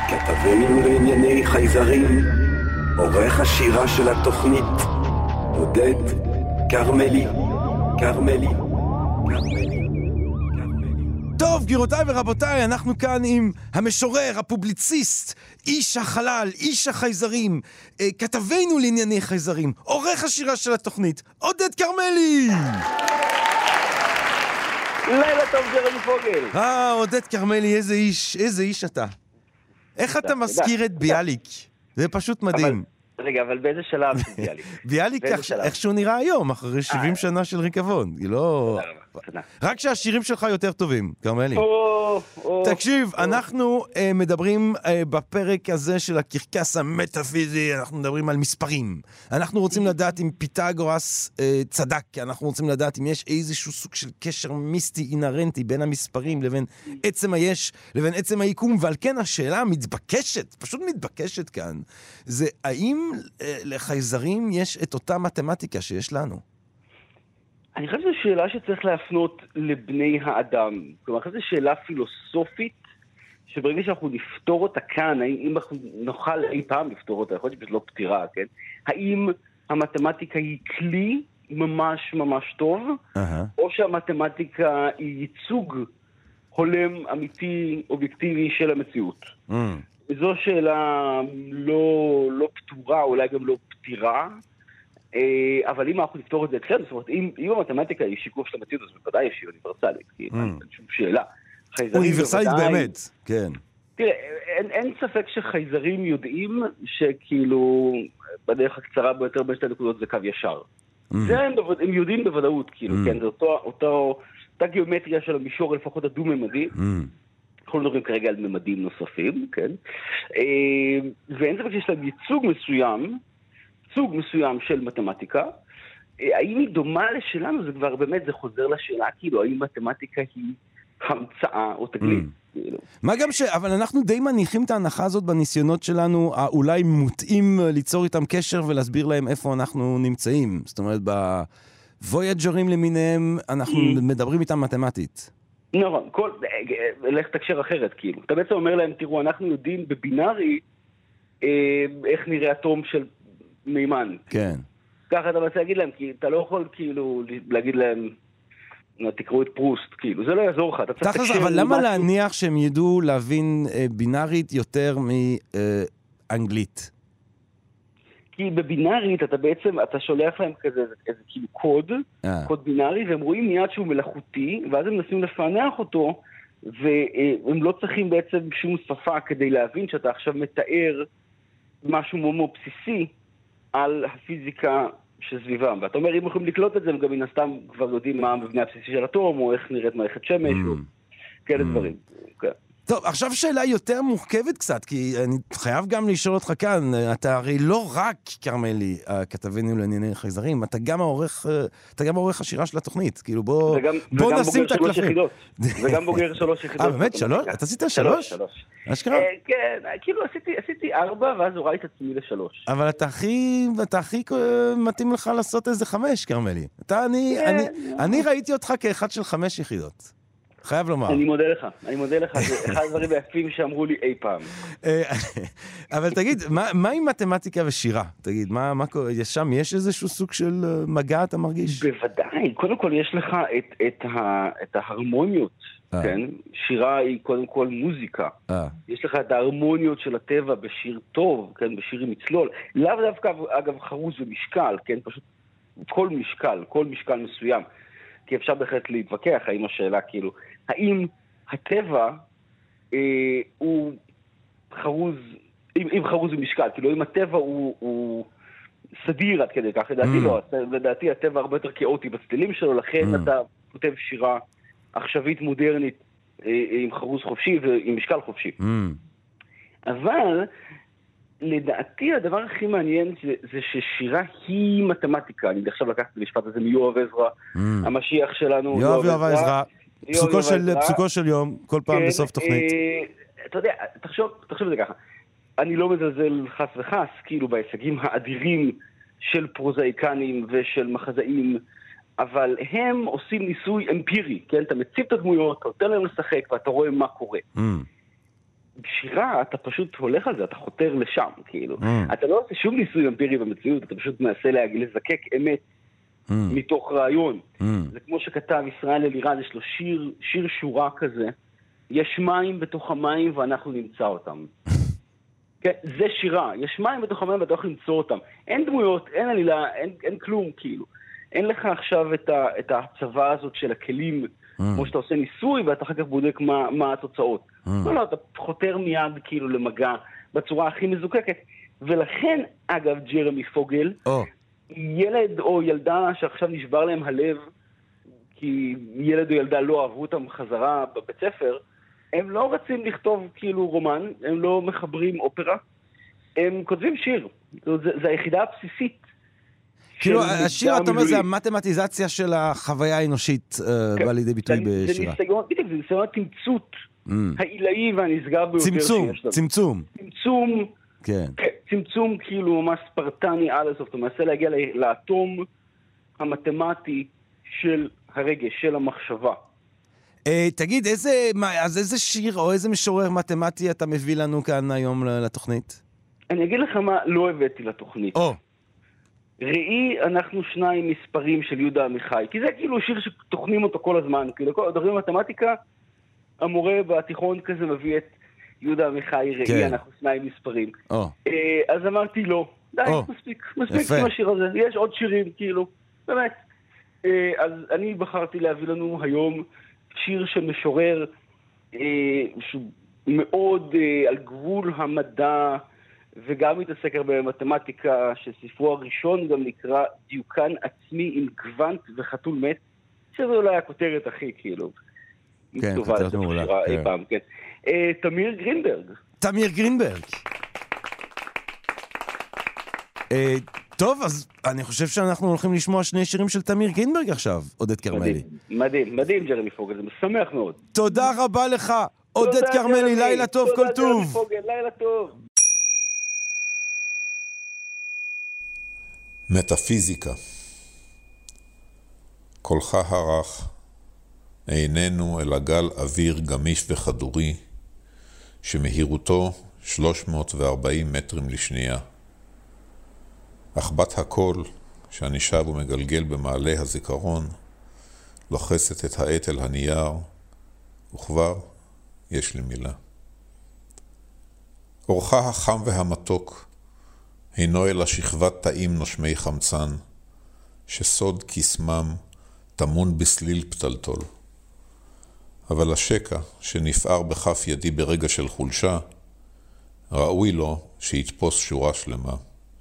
כתבנו לענייני חייזרים, עורך השירה של התוכנית, עודד קרמלי, קרמלי, קרמלי. טוב, גבירותיי ורבותיי, אנחנו כאן עם המשורר, הפובליציסט, איש החלל, איש החייזרים, אה, כתבנו לענייני חייזרים, עורך השירה של התוכנית, עודד קרמלי! לילה טוב, ג'רמי פוגל. אה, עודד קרמלי, איזה איש, איזה איש אתה. איך אתה מזכיר את ביאליק? זה פשוט מדהים. רגע, אבל באיזה שלב של ביאליק? ביאליק, איך שהוא נראה היום, אחרי שבעים שנה של ריקבון. לא... רק שהשירים שלך יותר טובים, קרמלי. תקשיב, אנחנו מדברים בפרק הזה של הקרקס המטאפיזי, אנחנו מדברים על מספרים. אנחנו רוצים לדעת אם פיתגורס צדק, אנחנו רוצים לדעת אם יש איזשהו סוג של קשר מיסטי אינרנטי בין המספרים לבין עצם היש, לבין עצם היקום, ועל כן השאלה המתבקשת, פשוט מתבקשת כאן, זה האם לחייזרים יש את אותה מתמטיקה שיש לנו? אני חושב שזו שאלה שצריך להפנות לבני האדם. כלומר, זו שאלה פילוסופית, שברגע שאנחנו נפתור אותה כאן, האם אנחנו נוכל אי פעם לפתור אותה, יכול להיות שזה לא פתירה, כן? האם המתמטיקה היא כלי ממש ממש טוב, uh-huh. או שהמתמטיקה היא ייצוג הולם, אמיתי, אובייקטיבי של המציאות. Mm. זו שאלה לא, לא פתורה, אולי גם לא פתירה, אבל אם אנחנו נפתור את זה אתכם, זאת אומרת, אם, אם המתמטיקה היא שיקוף של המציאות, אז בוודאי יש היא אוניברסלית, כי mm. אין שום שאלה. אוניברסלית בוודאי, באמת, כן. תראה, אין, אין ספק שחייזרים יודעים שכאילו, בדרך הקצרה ביותר בין שתי נקודות זה קו ישר. Mm. זה הם, הם יודעים בוודאות, כאילו, mm. כן, זה אותו, אותו, אותה גיאומטריה של המישור, לפחות הדו-ממדי, mm. אנחנו מדברים כרגע על ממדים נוספים, כן? ואין ספק שיש להם ייצוג מסוים, סוג מסוים של מתמטיקה. האם היא דומה לשלנו? זה כבר באמת, זה חוזר לשאלה, כאילו, האם מתמטיקה היא המצאה או תגלית? מה גם ש... אבל אנחנו די מניחים את ההנחה הזאת בניסיונות שלנו, אולי מוטעים ליצור איתם קשר ולהסביר להם איפה אנחנו נמצאים. זאת אומרת, בוויאג'רים למיניהם, אנחנו מדברים איתם מתמטית. נכון, כל, לך תקשר אחרת, כאילו. אתה בעצם אומר להם, תראו, אנחנו יודעים בבינארי אה, איך נראה אטום של מימן. כן. ככה אתה רוצה להגיד להם, כי אתה לא יכול כאילו להגיד להם, תקראו את פרוסט, כאילו, זה לא יעזור לך. תכלס, אבל למה משהו... להניח שהם ידעו להבין אה, בינארית יותר מאנגלית? כי בבינארית אתה בעצם, אתה שולח להם כזה, איזה כאילו קוד, אה. קוד בינארי, והם רואים מיד שהוא מלאכותי, ואז הם מנסים לפענח אותו, והם לא צריכים בעצם שום שפה כדי להבין שאתה עכשיו מתאר משהו מאוד בסיסי על הפיזיקה שסביבם. ואתה אומר, אם יכולים לקלוט את זה, הם גם מן הסתם כבר יודעים מה המבנה הבסיסי של אטום, או איך נראית מערכת שמש, mm. או כאלה mm. דברים. כן. טוב, עכשיו שאלה יותר מורכבת קצת, כי אני חייב גם לשאול אותך כאן, אתה הרי לא רק, קרמלי, כתבנו לענייני חייזרים, אתה גם העורך, אתה גם העורך השירה של התוכנית, כאילו בוא, וגם, בוא וגם נשים את הקלפים. וגם בוגר שלוש יחידות. אה, באמת? שלוש? אתה עשית שלוש? שלוש. אשכרה? כן, כאילו עשיתי, עשיתי ארבע, ואז הוראי את עצמי לשלוש. אבל אתה הכי, אתה הכי מתאים לך לעשות איזה חמש, קרמלי. אתה, אני, אני, אני ראיתי אותך כאחד של חמש יחידות. חייב לומר. אני מודה לך, אני מודה לך, זה אחד הדברים היפים שאמרו לי אי פעם. אבל תגיד, מה עם מתמטיקה ושירה? תגיד, שם יש איזשהו סוג של מגע אתה מרגיש? בוודאי, קודם כל יש לך את ההרמוניות, כן? שירה היא קודם כל מוזיקה. יש לך את ההרמוניות של הטבע בשיר טוב, כן? בשיר עם מצלול. לאו דווקא, אגב, חרוז ומשקל, כן? פשוט כל משקל, כל משקל מסוים. כי אפשר בהחלט להתווכח, האם השאלה כאילו, האם הטבע אה, הוא חרוז, אם, אם חרוז ומשקל, כאילו אם הטבע הוא, הוא סדיר עד כדי כך, לדעתי mm. לא, לדעתי הטבע הרבה יותר כאוטי בצלילים שלו, לכן mm. אתה כותב שירה עכשווית מודרנית אה, עם חרוז חופשי ועם משקל חופשי. Mm. אבל לדעתי הדבר הכי מעניין זה, זה ששירה היא מתמטיקה. אני עכשיו לקחת את המשפט הזה מיואב עזרא, mm. המשיח שלנו. יואב יואב עזרא, פסוקו של, פסוקו של יום, כל פעם כן, בסוף תוכנית. אה, אתה יודע, תחשוב, תחשוב את זה ככה. אני לא מזלזל חס וחס, כאילו בהישגים האדירים של פרוזאיקנים ושל מחזאים, אבל הם עושים ניסוי אמפירי, כן? אתה מציב את הדמויות, אתה נותן להם לשחק ואתה רואה מה קורה. Mm. בשירה אתה פשוט הולך על זה, אתה חותר לשם, כאילו. Mm. אתה לא עושה שום ניסוי אמפירי במציאות, אתה פשוט מנסה לזקק אמת mm. מתוך רעיון. Mm. זה כמו שכתב ישראל אלירז, יש לו שיר, שיר שורה כזה, יש מים בתוך המים ואנחנו נמצא אותם. כן, זה שירה, יש מים בתוך המים ואתה הולך למצוא אותם. אין דמויות, אין עלילה, אין, אין כלום, כאילו. אין לך עכשיו את, ה, את ההצבה הזאת של הכלים, mm. כמו שאתה עושה ניסוי, ואתה אחר כך בודק מה, מה התוצאות. Mm. לא, לא, אתה חותר מיד כאילו למגע בצורה הכי מזוקקת. ולכן, אגב, ג'רמי פוגל, oh. ילד או ילדה שעכשיו נשבר להם הלב, כי ילד או ילדה לא אהבו אותם חזרה בבית ספר, הם לא רצים לכתוב כאילו רומן, הם לא מחברים אופרה, הם כותבים שיר. זה, זה היחידה הבסיסית. כאילו, השיר, אתה אומר, זה המתמטיזציה של החוויה האנושית בא לידי ביטוי בשירה. בדיוק, זה ניסיון התמצות העילאי והנשגב ביותר שיש לנו. צמצום. צמצום. צמצום כאילו ממש ספרטני עד הסוף. אתה מנסה להגיע לאטום המתמטי של הרגש, של המחשבה. תגיד, אז איזה שיר או איזה משורר מתמטי אתה מביא לנו כאן היום לתוכנית? אני אגיד לך מה לא הבאתי לתוכנית. או. ראי, אנחנו שניים מספרים של יהודה עמיחי, כי זה כאילו שיר שתוכנים אותו כל הזמן, כאילו כל הדברים במתמטיקה, המורה בתיכון כזה מביא את יהודה עמיחי, ראי, כן. אנחנו שניים מספרים. או. אז אמרתי לא, די, או. מספיק, מספיק עם השיר הזה, יש עוד שירים, כאילו, באמת. אז אני בחרתי להביא לנו היום שיר של משורר, שהוא מאוד על גבול המדע, וגם מתעסק הרבה במתמטיקה, שספרו הראשון גם נקרא דיוקן עצמי עם גוונט וחתול מת, שזה אולי הכותרת הכי, כאילו, כן, כותרת מעולה. כן. פעם, כן. Uh, תמיר גרינברג. תמיר גרינברג. Uh, טוב, אז אני חושב שאנחנו הולכים לשמוע שני שירים של תמיר גרינברג עכשיו, עודד קרמלי. מדהים, מדהים, מדהים ג'רמי פוגל, זה משמח מאוד. תודה רבה לך, עודד קרמלי, לילה טוב, כל טוב. תודה ג'רמי פוגל, לילה טוב. מטאפיזיקה. קולך הרך איננו אלא גל אוויר גמיש וחדורי שמהירותו שלוש מאות וארבעים מטרים לשנייה. אך בת הקול שאני שב ומגלגל במעלה הזיכרון לוחסת את העט אל הנייר, וכבר יש לי מילה. אורך החם והמתוק הינו אל השכבת תאים נושמי חמצן, שסוד כסמם תמון בסליל פתלתול. אבל השקע שנפער בכף ידי ברגע של חולשה, ראוי לו שיתפוס שורה שלמה.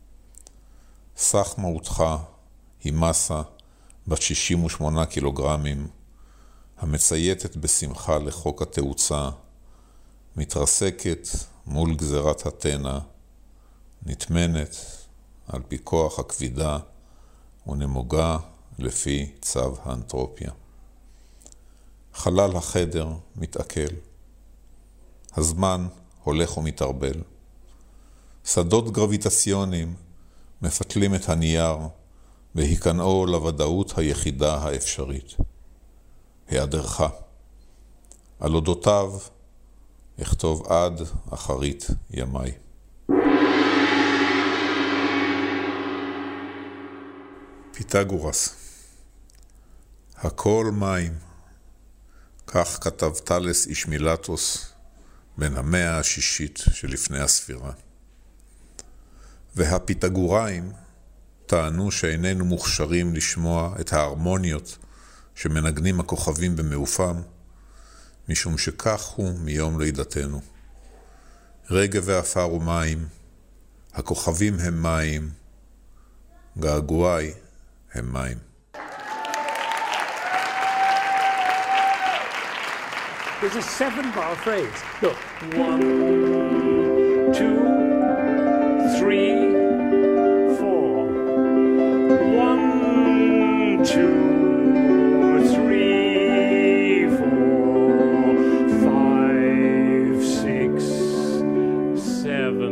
סך מהותך היא מסה בת שישים ושמונה קילוגרמים, המצייתת בשמחה לחוק התאוצה, מתרסקת מול גזרת התנע, נתמנת על פי כוח הכבידה ונמוגה לפי צו האנטרופיה. חלל החדר מתעכל. הזמן הולך ומתערבל. שדות גרביטציוניים מפתלים את הנייר והיכנעו לוודאות היחידה האפשרית. היעדרך. על אודותיו אכתוב עד אחרית ימיי. פיתגורס. הכל מים. כך כתב תלס איש מילטוס בין המאה השישית שלפני הספירה. והפיתגוראים טענו שאיננו מוכשרים לשמוע את ההרמוניות שמנגנים הכוכבים במעופם, משום שכך הוא מיום לידתנו. רגע ואפר ומים, הכוכבים הם מים, געגועי הם מים. There's a seven-bar phrase. Look, one, two, three, four. One, two, three, four, five, six, seven,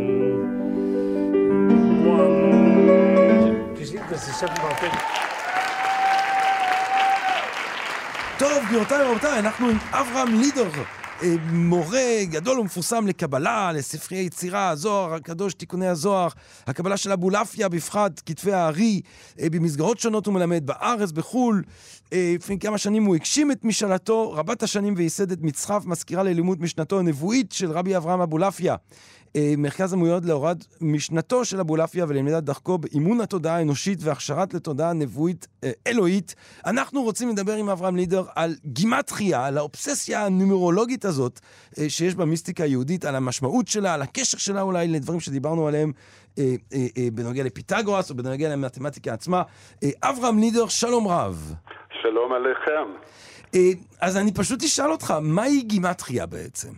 one. Do you see there's a seven-bar phrase? טוב, גבירותיי ורבותיי, אנחנו עם אברהם לידר מורה גדול ומפורסם לקבלה, לספרי היצירה, הזוהר הקדוש, תיקוני הזוהר, הקבלה של אבולעפיה בפחד, כתבי הארי, במסגרות שונות הוא מלמד בארץ, בחול. לפני כמה שנים הוא הגשים את משאלתו רבת השנים וייסד את מצחף, מזכירה ללימוד משנתו הנבואית של רבי אברהם אבולעפיה. מרכז המיועד להוראת משנתו של אבולעפיה ולמידת דרכו באימון התודעה האנושית והכשרת לתודעה נבואית אה, אלוהית. אנחנו רוצים לדבר עם אברהם לידר על גימטריה, על האובססיה הנומרולוגית הזאת אה, שיש במיסטיקה היהודית, על המשמעות שלה, על הקשר שלה אולי לדברים שדיברנו עליהם אה, אה, אה, בנוגע לפיתגורס או בנוגע למתמטיקה עצמה. אה, אברהם לידר, שלום רב. שלום עליכם. אה, אז אני פשוט אשאל אותך, מהי גימטריה בעצם?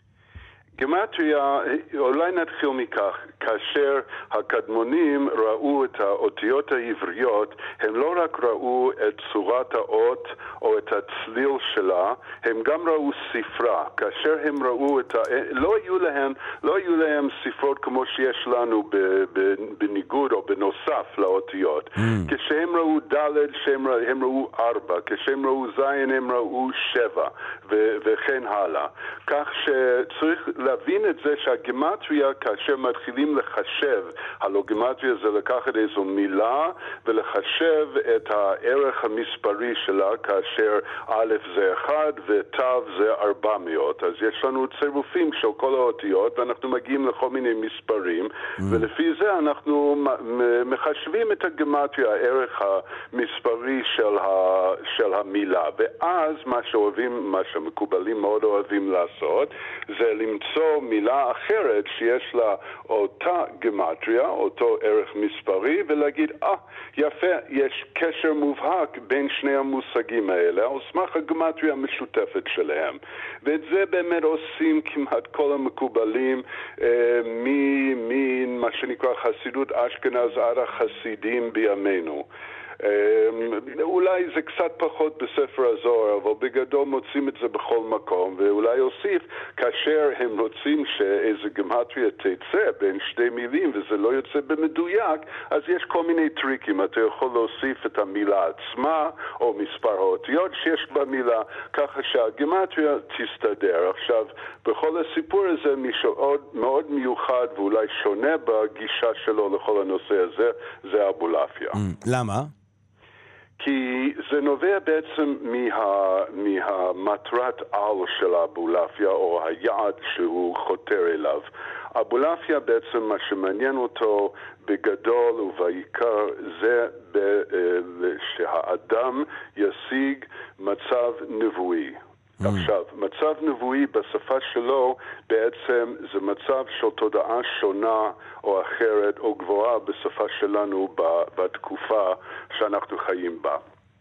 גימטריה, אולי נתחיל מכך, כאשר הקדמונים ראו את האותיות העבריות, הם לא רק ראו את צורת האות או את הצליל שלה, הם גם ראו ספרה. כאשר הם ראו את ה... לא היו להם, לא היו להם ספרות כמו שיש לנו ב, ב, בניגוד או בנוסף לאותיות. Mm. כשהם ראו ד' שהם הם ראו ארבע, כשהם ראו זין הם ראו שבע, ו, וכן הלאה. כך שצריך להבין את זה שהגימטריה, כאשר מתחילים לחשב, הלא גימטריה זה לקחת איזו מילה ולחשב את הערך המספרי שלה, כאשר א' זה אחד ותו זה ארבע מאות. אז יש לנו צירופים של כל האותיות ואנחנו מגיעים לכל מיני מספרים, mm. ולפי זה אנחנו מחשבים את הגימטריה, הערך המספרי של, ה, של המילה. ואז מה שאוהבים, מה שמקובלים מאוד אוהבים לעשות, זה למצוא מילה אחרת שיש לה אותה גימטריה, אותו ערך מספרי, ולהגיד, אה, יפה, יש קשר מובהק בין שני המושגים האלה, על סמך הגימטריה המשותפת שלהם. ואת זה באמת עושים כמעט כל המקובלים, אה, ממה שנקרא חסידות אשכנז עד החסידים בימינו. אולי זה קצת פחות בספר הזוהר, אבל בגדול מוצאים את זה בכל מקום, ואולי אוסיף, כאשר הם רוצים שאיזה גימטריה תצא בין שתי מילים וזה לא יוצא במדויק, אז יש כל מיני טריקים. אתה יכול להוסיף את המילה עצמה או מספר האותיות שיש במילה, ככה שהגימטריה תסתדר. עכשיו, בכל הסיפור הזה מישהו מאוד מיוחד ואולי שונה בגישה שלו לכל הנושא הזה, זה אבולעפיה. למה? כי זה נובע בעצם מה, מהמטרת על של אבולעפיה, או היעד שהוא חותר אליו. אבולעפיה בעצם מה שמעניין אותו בגדול ובעיקר זה ב, שהאדם ישיג מצב נבואי. Mm. עכשיו, מצב נבואי בשפה שלו בעצם זה מצב של תודעה שונה או אחרת או גבוהה בשפה שלנו בתקופה שאנחנו חיים בה.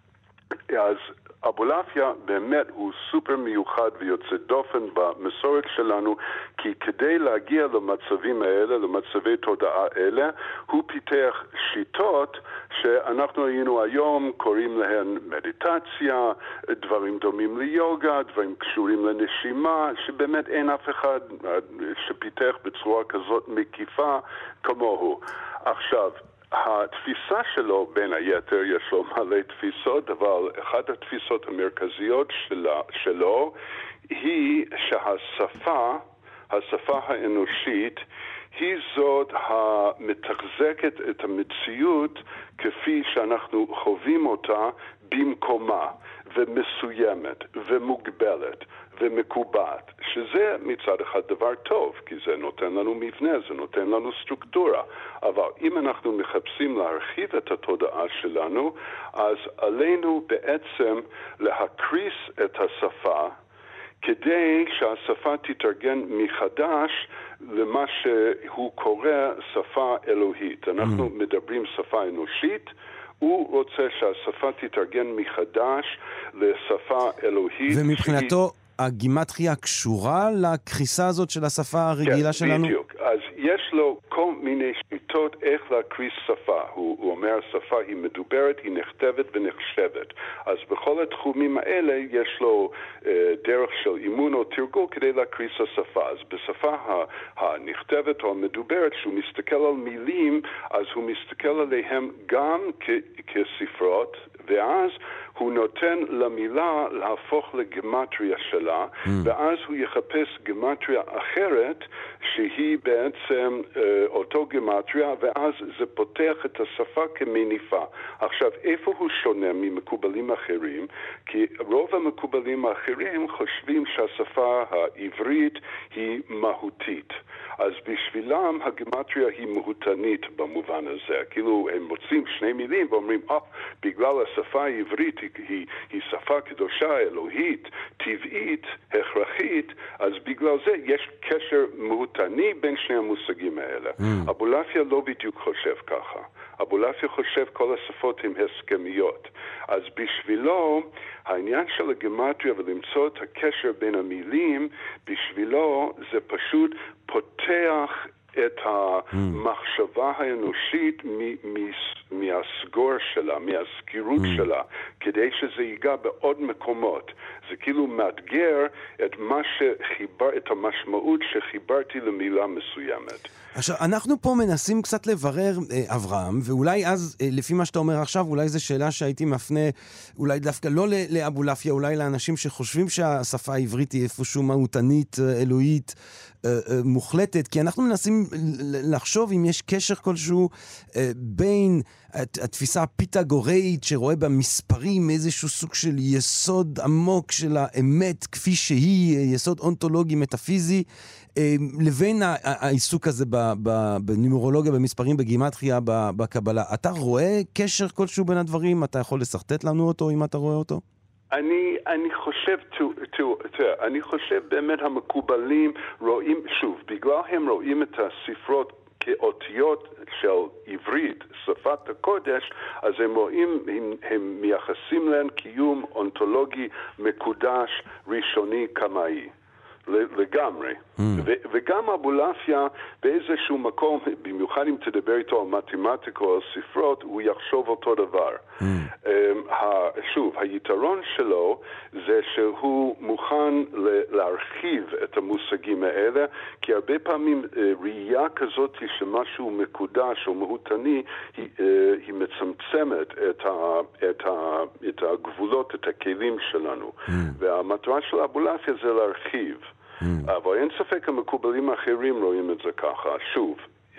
אז אבולעפיה באמת הוא סופר מיוחד ויוצא דופן במסורת שלנו, כי כדי להגיע למצבים האלה, למצבי תודעה אלה, הוא פיתח שיטות שאנחנו היינו היום קוראים להן מדיטציה, דברים דומים ליוגה, דברים קשורים לנשימה, שבאמת אין אף אחד שפיתח בצורה כזאת מקיפה כמוהו. עכשיו, התפיסה שלו, בין היתר, יש לו מלא תפיסות, אבל אחת התפיסות המרכזיות שלה, שלו היא שהשפה, השפה האנושית, היא זאת המתחזקת את המציאות כפי שאנחנו חווים אותה במקומה ומסוימת ומוגבלת ומקובעת, שזה מצד אחד דבר טוב, כי זה נותן לנו מבנה, זה נותן לנו סטרוקטורה. אבל אם אנחנו מחפשים להרחיב את התודעה שלנו, אז עלינו בעצם להקריס את השפה, כדי שהשפה תתארגן מחדש למה שהוא קורא שפה אלוהית. אנחנו mm. מדברים שפה אנושית, הוא רוצה שהשפה תתארגן מחדש לשפה אלוהית. ומבחינתו שהיא... הגימטריה קשורה לקריסה הזאת של השפה הרגילה כן, שלנו? בדיוק. אז יש לו כל מיני שיטות איך להקריס שפה. הוא, הוא אומר, השפה היא מדוברת, היא נכתבת ונחשבת. אז בכל התחומים האלה יש לו אה, דרך של אימון או תרגול כדי להקריס השפה. אז בשפה הנכתבת או המדוברת, שהוא מסתכל על מילים, אז הוא מסתכל עליהם גם כ- כספרות, ואז הוא נותן למילה להפוך לגמטריה שלה, mm. ואז הוא יחפש גמטריה אחרת שהיא בעצם אה, אותו גמטריה, ואז זה פותח את השפה כמניפה. עכשיו, איפה הוא שונה ממקובלים אחרים? כי רוב המקובלים האחרים חושבים שהשפה העברית היא מהותית. אז בשבילם הגמטריה היא מהותנית במובן הזה. כאילו הם מוצאים שני מילים ואומרים, אה, בגלל השפה העברית היא, היא, היא שפה קדושה, אלוהית, טבעית, הכרחית, אז בגלל זה יש קשר מהותני בין שני המושגים האלה. Mm. אבולעפיה לא בדיוק חושב ככה. אבולעפיה חושב כל השפות הן הסכמיות. אז בשבילו, העניין של הגמטריה ולמצוא את הקשר בין המילים, בשבילו זה פשוט פותח את המחשבה האנושית מהסגור שלה, מהסגירות שלה, כדי שזה ייגע בעוד מקומות. זה כאילו מאתגר את מה שחיבר, את המשמעות שחיברתי למילה מסוימת. עכשיו, אנחנו פה מנסים קצת לברר, אה, אברהם, ואולי אז, אה, לפי מה שאתה אומר עכשיו, אולי זו שאלה שהייתי מפנה, אולי דווקא לא לאבולעפיה, אולי לאנשים שחושבים שהשפה העברית היא איפשהו מהותנית, אה, אלוהית, אה, אה, מוחלטת, כי אנחנו מנסים לחשוב אם יש קשר כלשהו אה, בין התפיסה הפיתגוראית שרואה במספרים איזשהו סוג של יסוד עמוק של האמת כפי שהיא, יסוד אונתולוגי מטאפיזי, לבין העיסוק הזה בנימרולוגיה, במספרים, בגימטריה, בקבלה. אתה רואה קשר כלשהו בין הדברים? אתה יכול לסרטט לנו אותו אם אתה רואה אותו? אני, אני חושב, תראה, אני חושב באמת המקובלים רואים, שוב, בגלל הם רואים את הספרות כאותיות של עברית, שפת הקודש, אז הם רואים, הם, הם מייחסים להם קיום אונתולוגי מקודש ראשוני קמאי. לגמרי. Mm. ו- וגם אבולעפיה באיזשהו מקום, במיוחד אם תדבר איתו על מתמטיקה או על ספרות, הוא יחשוב אותו דבר. Mm. Um, ה- שוב, היתרון שלו זה שהוא מוכן ל- להרחיב את המושגים האלה, כי הרבה פעמים uh, ראייה כזאת שמשהו מקודש או מהותני, היא, uh, היא מצמצמת את, ה- את, ה- את הגבולות, את הכלים שלנו. Mm. והמטרה של אבולעפיה זה להרחיב. Mm. אבל אין ספק המקובלים האחרים רואים את זה ככה. שוב,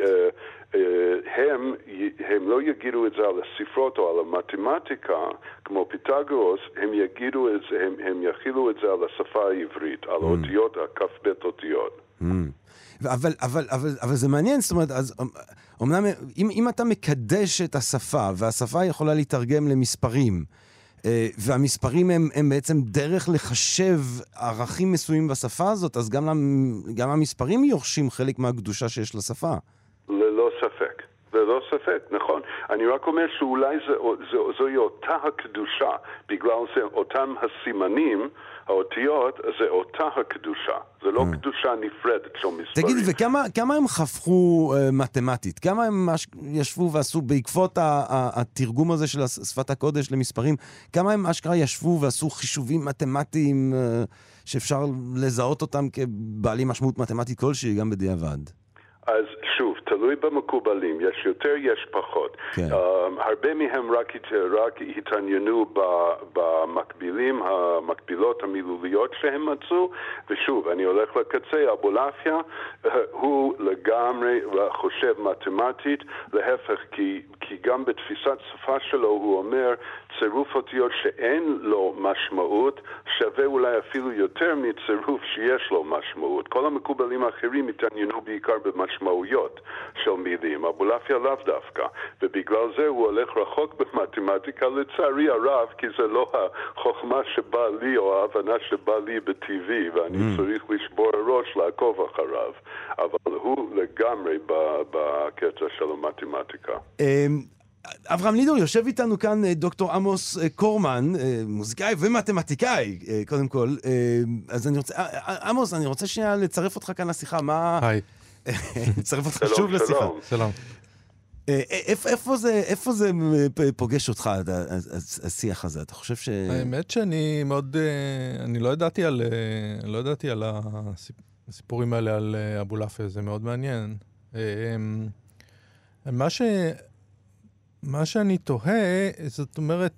הם, הם לא יגידו את זה על הספרות או על המתמטיקה, כמו פיתגורוס, הם יגידו את זה, הם, הם יכילו את זה על השפה העברית, על mm. אותיות, הכף בית אותיות. Mm. אבל, אבל, אבל, אבל זה מעניין, זאת אומרת, אז, אומנם, אם, אם אתה מקדש את השפה, והשפה יכולה להתרגם למספרים, והמספרים הם, הם בעצם דרך לחשב ערכים מסוימים בשפה הזאת, אז גם, גם המספרים יורשים חלק מהקדושה שיש לשפה. ללא ספק, ללא ספק, נכון. אני רק אומר שאולי זה, זה, זוהי אותה הקדושה, בגלל זה אותם הסימנים, האותיות, זה אותה הקדושה. זה לא קדושה נפרדת של מספרים. תגיד, וכמה כמה הם חפכו uh, מתמטית? כמה הם ישבו ועשו, בעקבות התרגום הזה של שפת הקודש למספרים, כמה הם אשכרה ישבו ועשו חישובים מתמטיים uh, שאפשר לזהות אותם כבעלי משמעות מתמטית כלשהי, גם בדיעבד? אז שוב, תלוי במקובלים, יש יותר, יש פחות. כן. Uh, הרבה מהם רק, רק התעניינו במקבילים, המקבילות המילוליות שהם מצאו, ושוב, אני הולך לקצה, אבולעפיה uh, הוא לגמרי חושב מתמטית, להפך, כי, כי גם בתפיסת שפה שלו הוא אומר, צירוף אותיות שאין לו משמעות, שווה אולי אפילו יותר מצירוף שיש לו משמעות. כל המקובלים האחרים התעניינו בעיקר במשמעויות של מילים, אבולעפיה לאו דווקא, ובגלל זה הוא הולך רחוק במתמטיקה לצערי הרב, כי זה לא החוכמה שבא לי או ההבנה שבא לי בטבעי, ואני mm. צריך לשבור הראש לעקוב אחריו, אבל הוא לגמרי בקטע של המתמטיקה. אברהם לידור, יושב איתנו כאן דוקטור עמוס קורמן, מוזיקאי ומתמטיקאי, קודם כל. אז אני רוצה, עמוס, אני רוצה שנייה לצרף אותך כאן לשיחה. מה... היי. לצרף אותך שוב לשיחה. שלום. איפה זה, איפה זה פוגש אותך, השיח הזה? אתה חושב ש... האמת שאני מאוד, אני לא ידעתי על, לא ידעתי על הסיפורים האלה על אבולעפיה, זה מאוד מעניין. מה ש... מה שאני תוהה, זאת אומרת,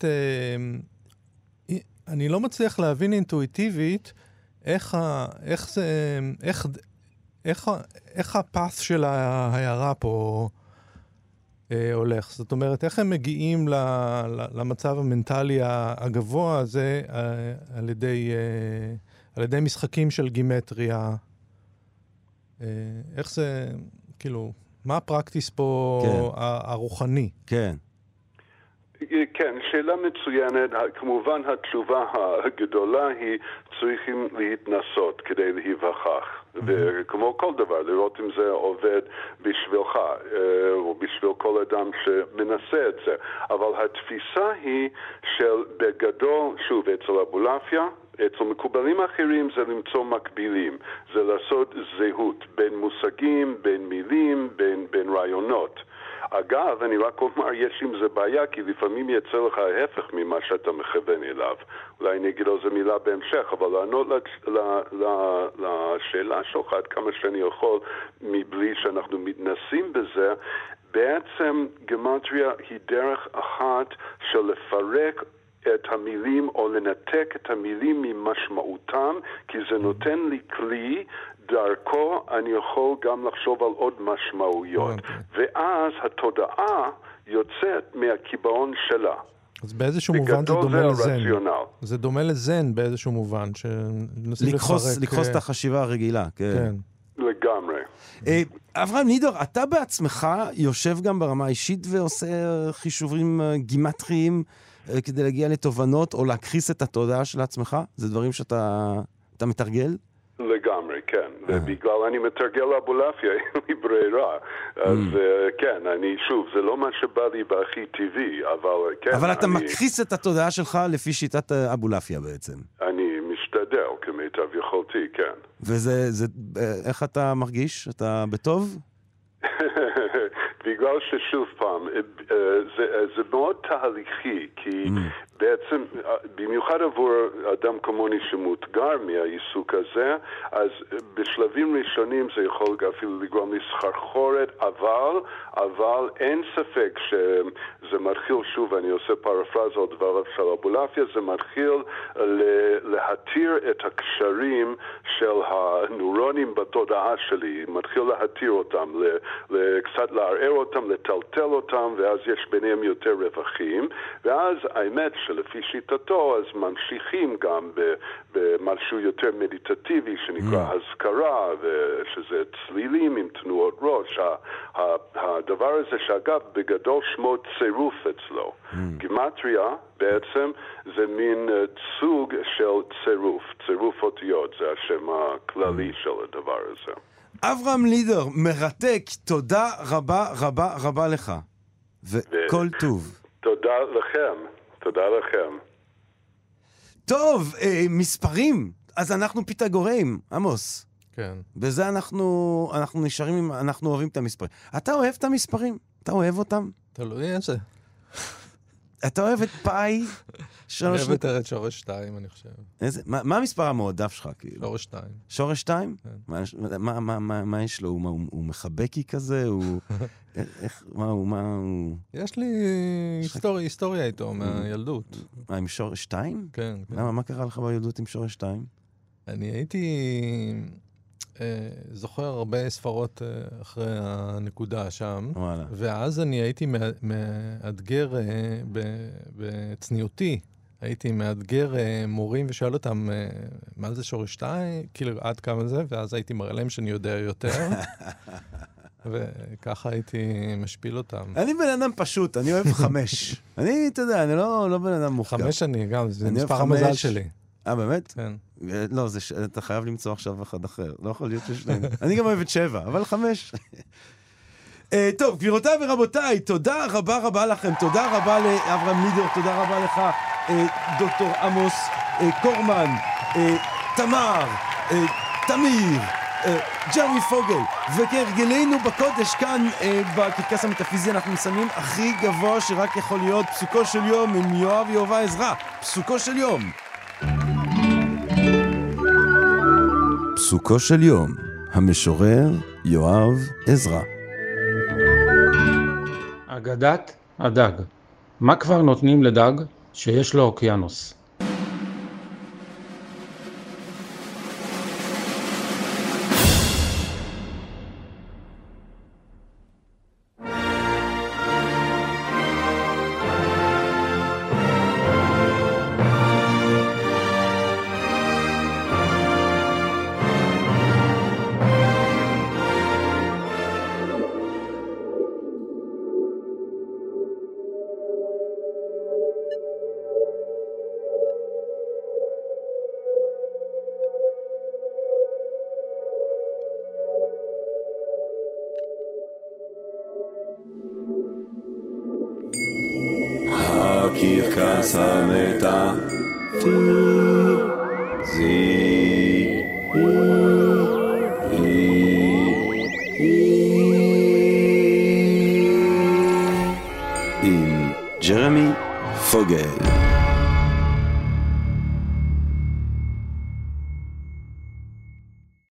אני לא מצליח להבין אינטואיטיבית איך, ה, איך זה, איך, איך, איך הפס של ההערה פה אה, הולך. זאת אומרת, איך הם מגיעים ל, ל, למצב המנטלי הגבוה הזה אה, על ידי, אה, על ידי משחקים של גימטריה. אה, איך זה, כאילו, מה הפרקטיס פה כן. הרוחני? כן. כן, שאלה מצוינת. כמובן התשובה הגדולה היא צריכים להתנסות כדי להיווכח. וכמו כל דבר, לראות אם זה עובד בשבילך או בשביל כל אדם שמנסה את זה. אבל התפיסה היא של בגדול, שוב, אצל אבולעפיה, אצל מקובלים אחרים זה למצוא מקבילים. זה לעשות זהות בין מושגים, בין מילים, בין, בין רעיונות. אגב, אני רק אומר, יש עם זה בעיה, כי לפעמים יצא לך ההפך ממה שאתה מכוון אליו. אולי אני אגיד על זה מילה בהמשך, אבל לענות לשאלה שלך עד כמה שאני יכול, מבלי שאנחנו מתנסים בזה, בעצם גימטריה היא דרך אחת של לפרק את המילים או לנתק את המילים ממשמעותם, כי זה נותן לי כלי, דרכו אני יכול גם לחשוב על עוד משמעויות. ואז התודעה יוצאת מהקיבעון שלה. אז באיזשהו מובן זה דומה לזן. זה דומה לזן באיזשהו מובן. לקחוס את החשיבה הרגילה. כן. לגמרי. אברהם נידור, אתה בעצמך יושב גם ברמה האישית ועושה חישובים גימטריים כדי להגיע לתובנות או להכחיס את התודעה של עצמך? זה דברים שאתה מתרגל? לגמרי, כן. ובגלל אני מתרגל אבולעפיה, אין לי ברירה. אז כן, אני שוב, זה לא מה שבא לי בהכי טבעי, אבל כן. אבל אתה מכחיס את התודעה שלך לפי שיטת אבולעפיה בעצם. אני משתדל כמיטב יכולתי, כן. וזה, איך אתה מרגיש? אתה בטוב? בגלל ששוב פעם, זה, זה מאוד תהליכי, כי בעצם, במיוחד עבור אדם כמוני שמותגר מהעיסוק הזה, אז בשלבים ראשונים זה יכול אפילו לגרום לסחרחורת, אבל, אבל אין ספק שזה מתחיל, שוב, אני עושה פרפרזה על דבריו של אבולעפיה, זה מתחיל להתיר את הקשרים של הנוירונים בתודעה שלי, מתחיל להתיר אותם, קצת לערער אותם, לטלטל אותם, ואז יש ביניהם יותר רווחים, ואז האמת שלפי שיטתו, אז ממשיכים גם במשהו יותר מדיטטיבי שנקרא הזכרה, ושזה צלילים עם תנועות ראש. הדבר הזה שאגב בגדול שמו צירוף אצלו. גימטריה בעצם זה מין סוג של צירוף, צירוף אותיות, זה השם הכללי של הדבר הזה. אברהם לידר, מרתק, תודה רבה רבה רבה לך, וכל טוב. תודה לכם, תודה לכם. טוב, אה, מספרים, אז אנחנו פיתגוראים, עמוס. כן. בזה אנחנו, אנחנו נשארים, אנחנו אוהבים את המספרים. אתה אוהב את המספרים? אתה אוהב אותם? תלוי איזה. אתה אוהב את פאי? אני אוהב יותר את שורש שתיים, אני חושב. איזה? מה, מה המספר המועדף שלך? שורש שתיים. שורש שתיים? כן. מה, מה, מה, מה, מה יש לו? הוא, הוא, הוא מחבקי כזה? הוא... איך, מה הוא, מה הוא... יש לי היסטוריה, היסטוריה איתו מהילדות. מה, עם שורש שתיים? כן. למה, מה קרה לך בילדות עם שורש שתיים? אני הייתי... זוכר הרבה ספרות אחרי הנקודה שם, וואלה. ואז אני הייתי מאתגר בצניעותי, הייתי מאתגר מורים ושואל אותם מה זה שורש שתיים, כאילו עד כמה זה, ואז הייתי מראה להם שאני יודע יותר, וככה הייתי משפיל אותם. אני בן אדם פשוט, אני אוהב חמש. אני, אתה יודע, אני לא, לא בן אדם מוחכם. חמש אני גם, זה מספר המזל שלי. אה, באמת? כן. לא, זה, אתה חייב למצוא עכשיו אחד אחר. לא יכול להיות ששניים. אני גם אוהב את שבע, אבל חמש. uh, טוב, גבירותיי ורבותיי, תודה רבה רבה לכם. תודה רבה לאברהם נידור, תודה רבה לך, uh, דוקטור עמוס uh, קורמן, uh, תמר, uh, תמיר, uh, ג'רמי פוגל, וכהרגלנו בקודש כאן uh, בקרקס המטאפיזי אנחנו מסיימים הכי גבוה שרק יכול להיות, פסוקו של יום עם יואב יהובה עזרא. פסוקו של יום. פסוקו של יום, המשורר יואב עזרא. אגדת הדג. מה כבר נותנים לדג שיש לו אוקיינוס? הקרקס המטאפיזי עם ג'רמי פוגל.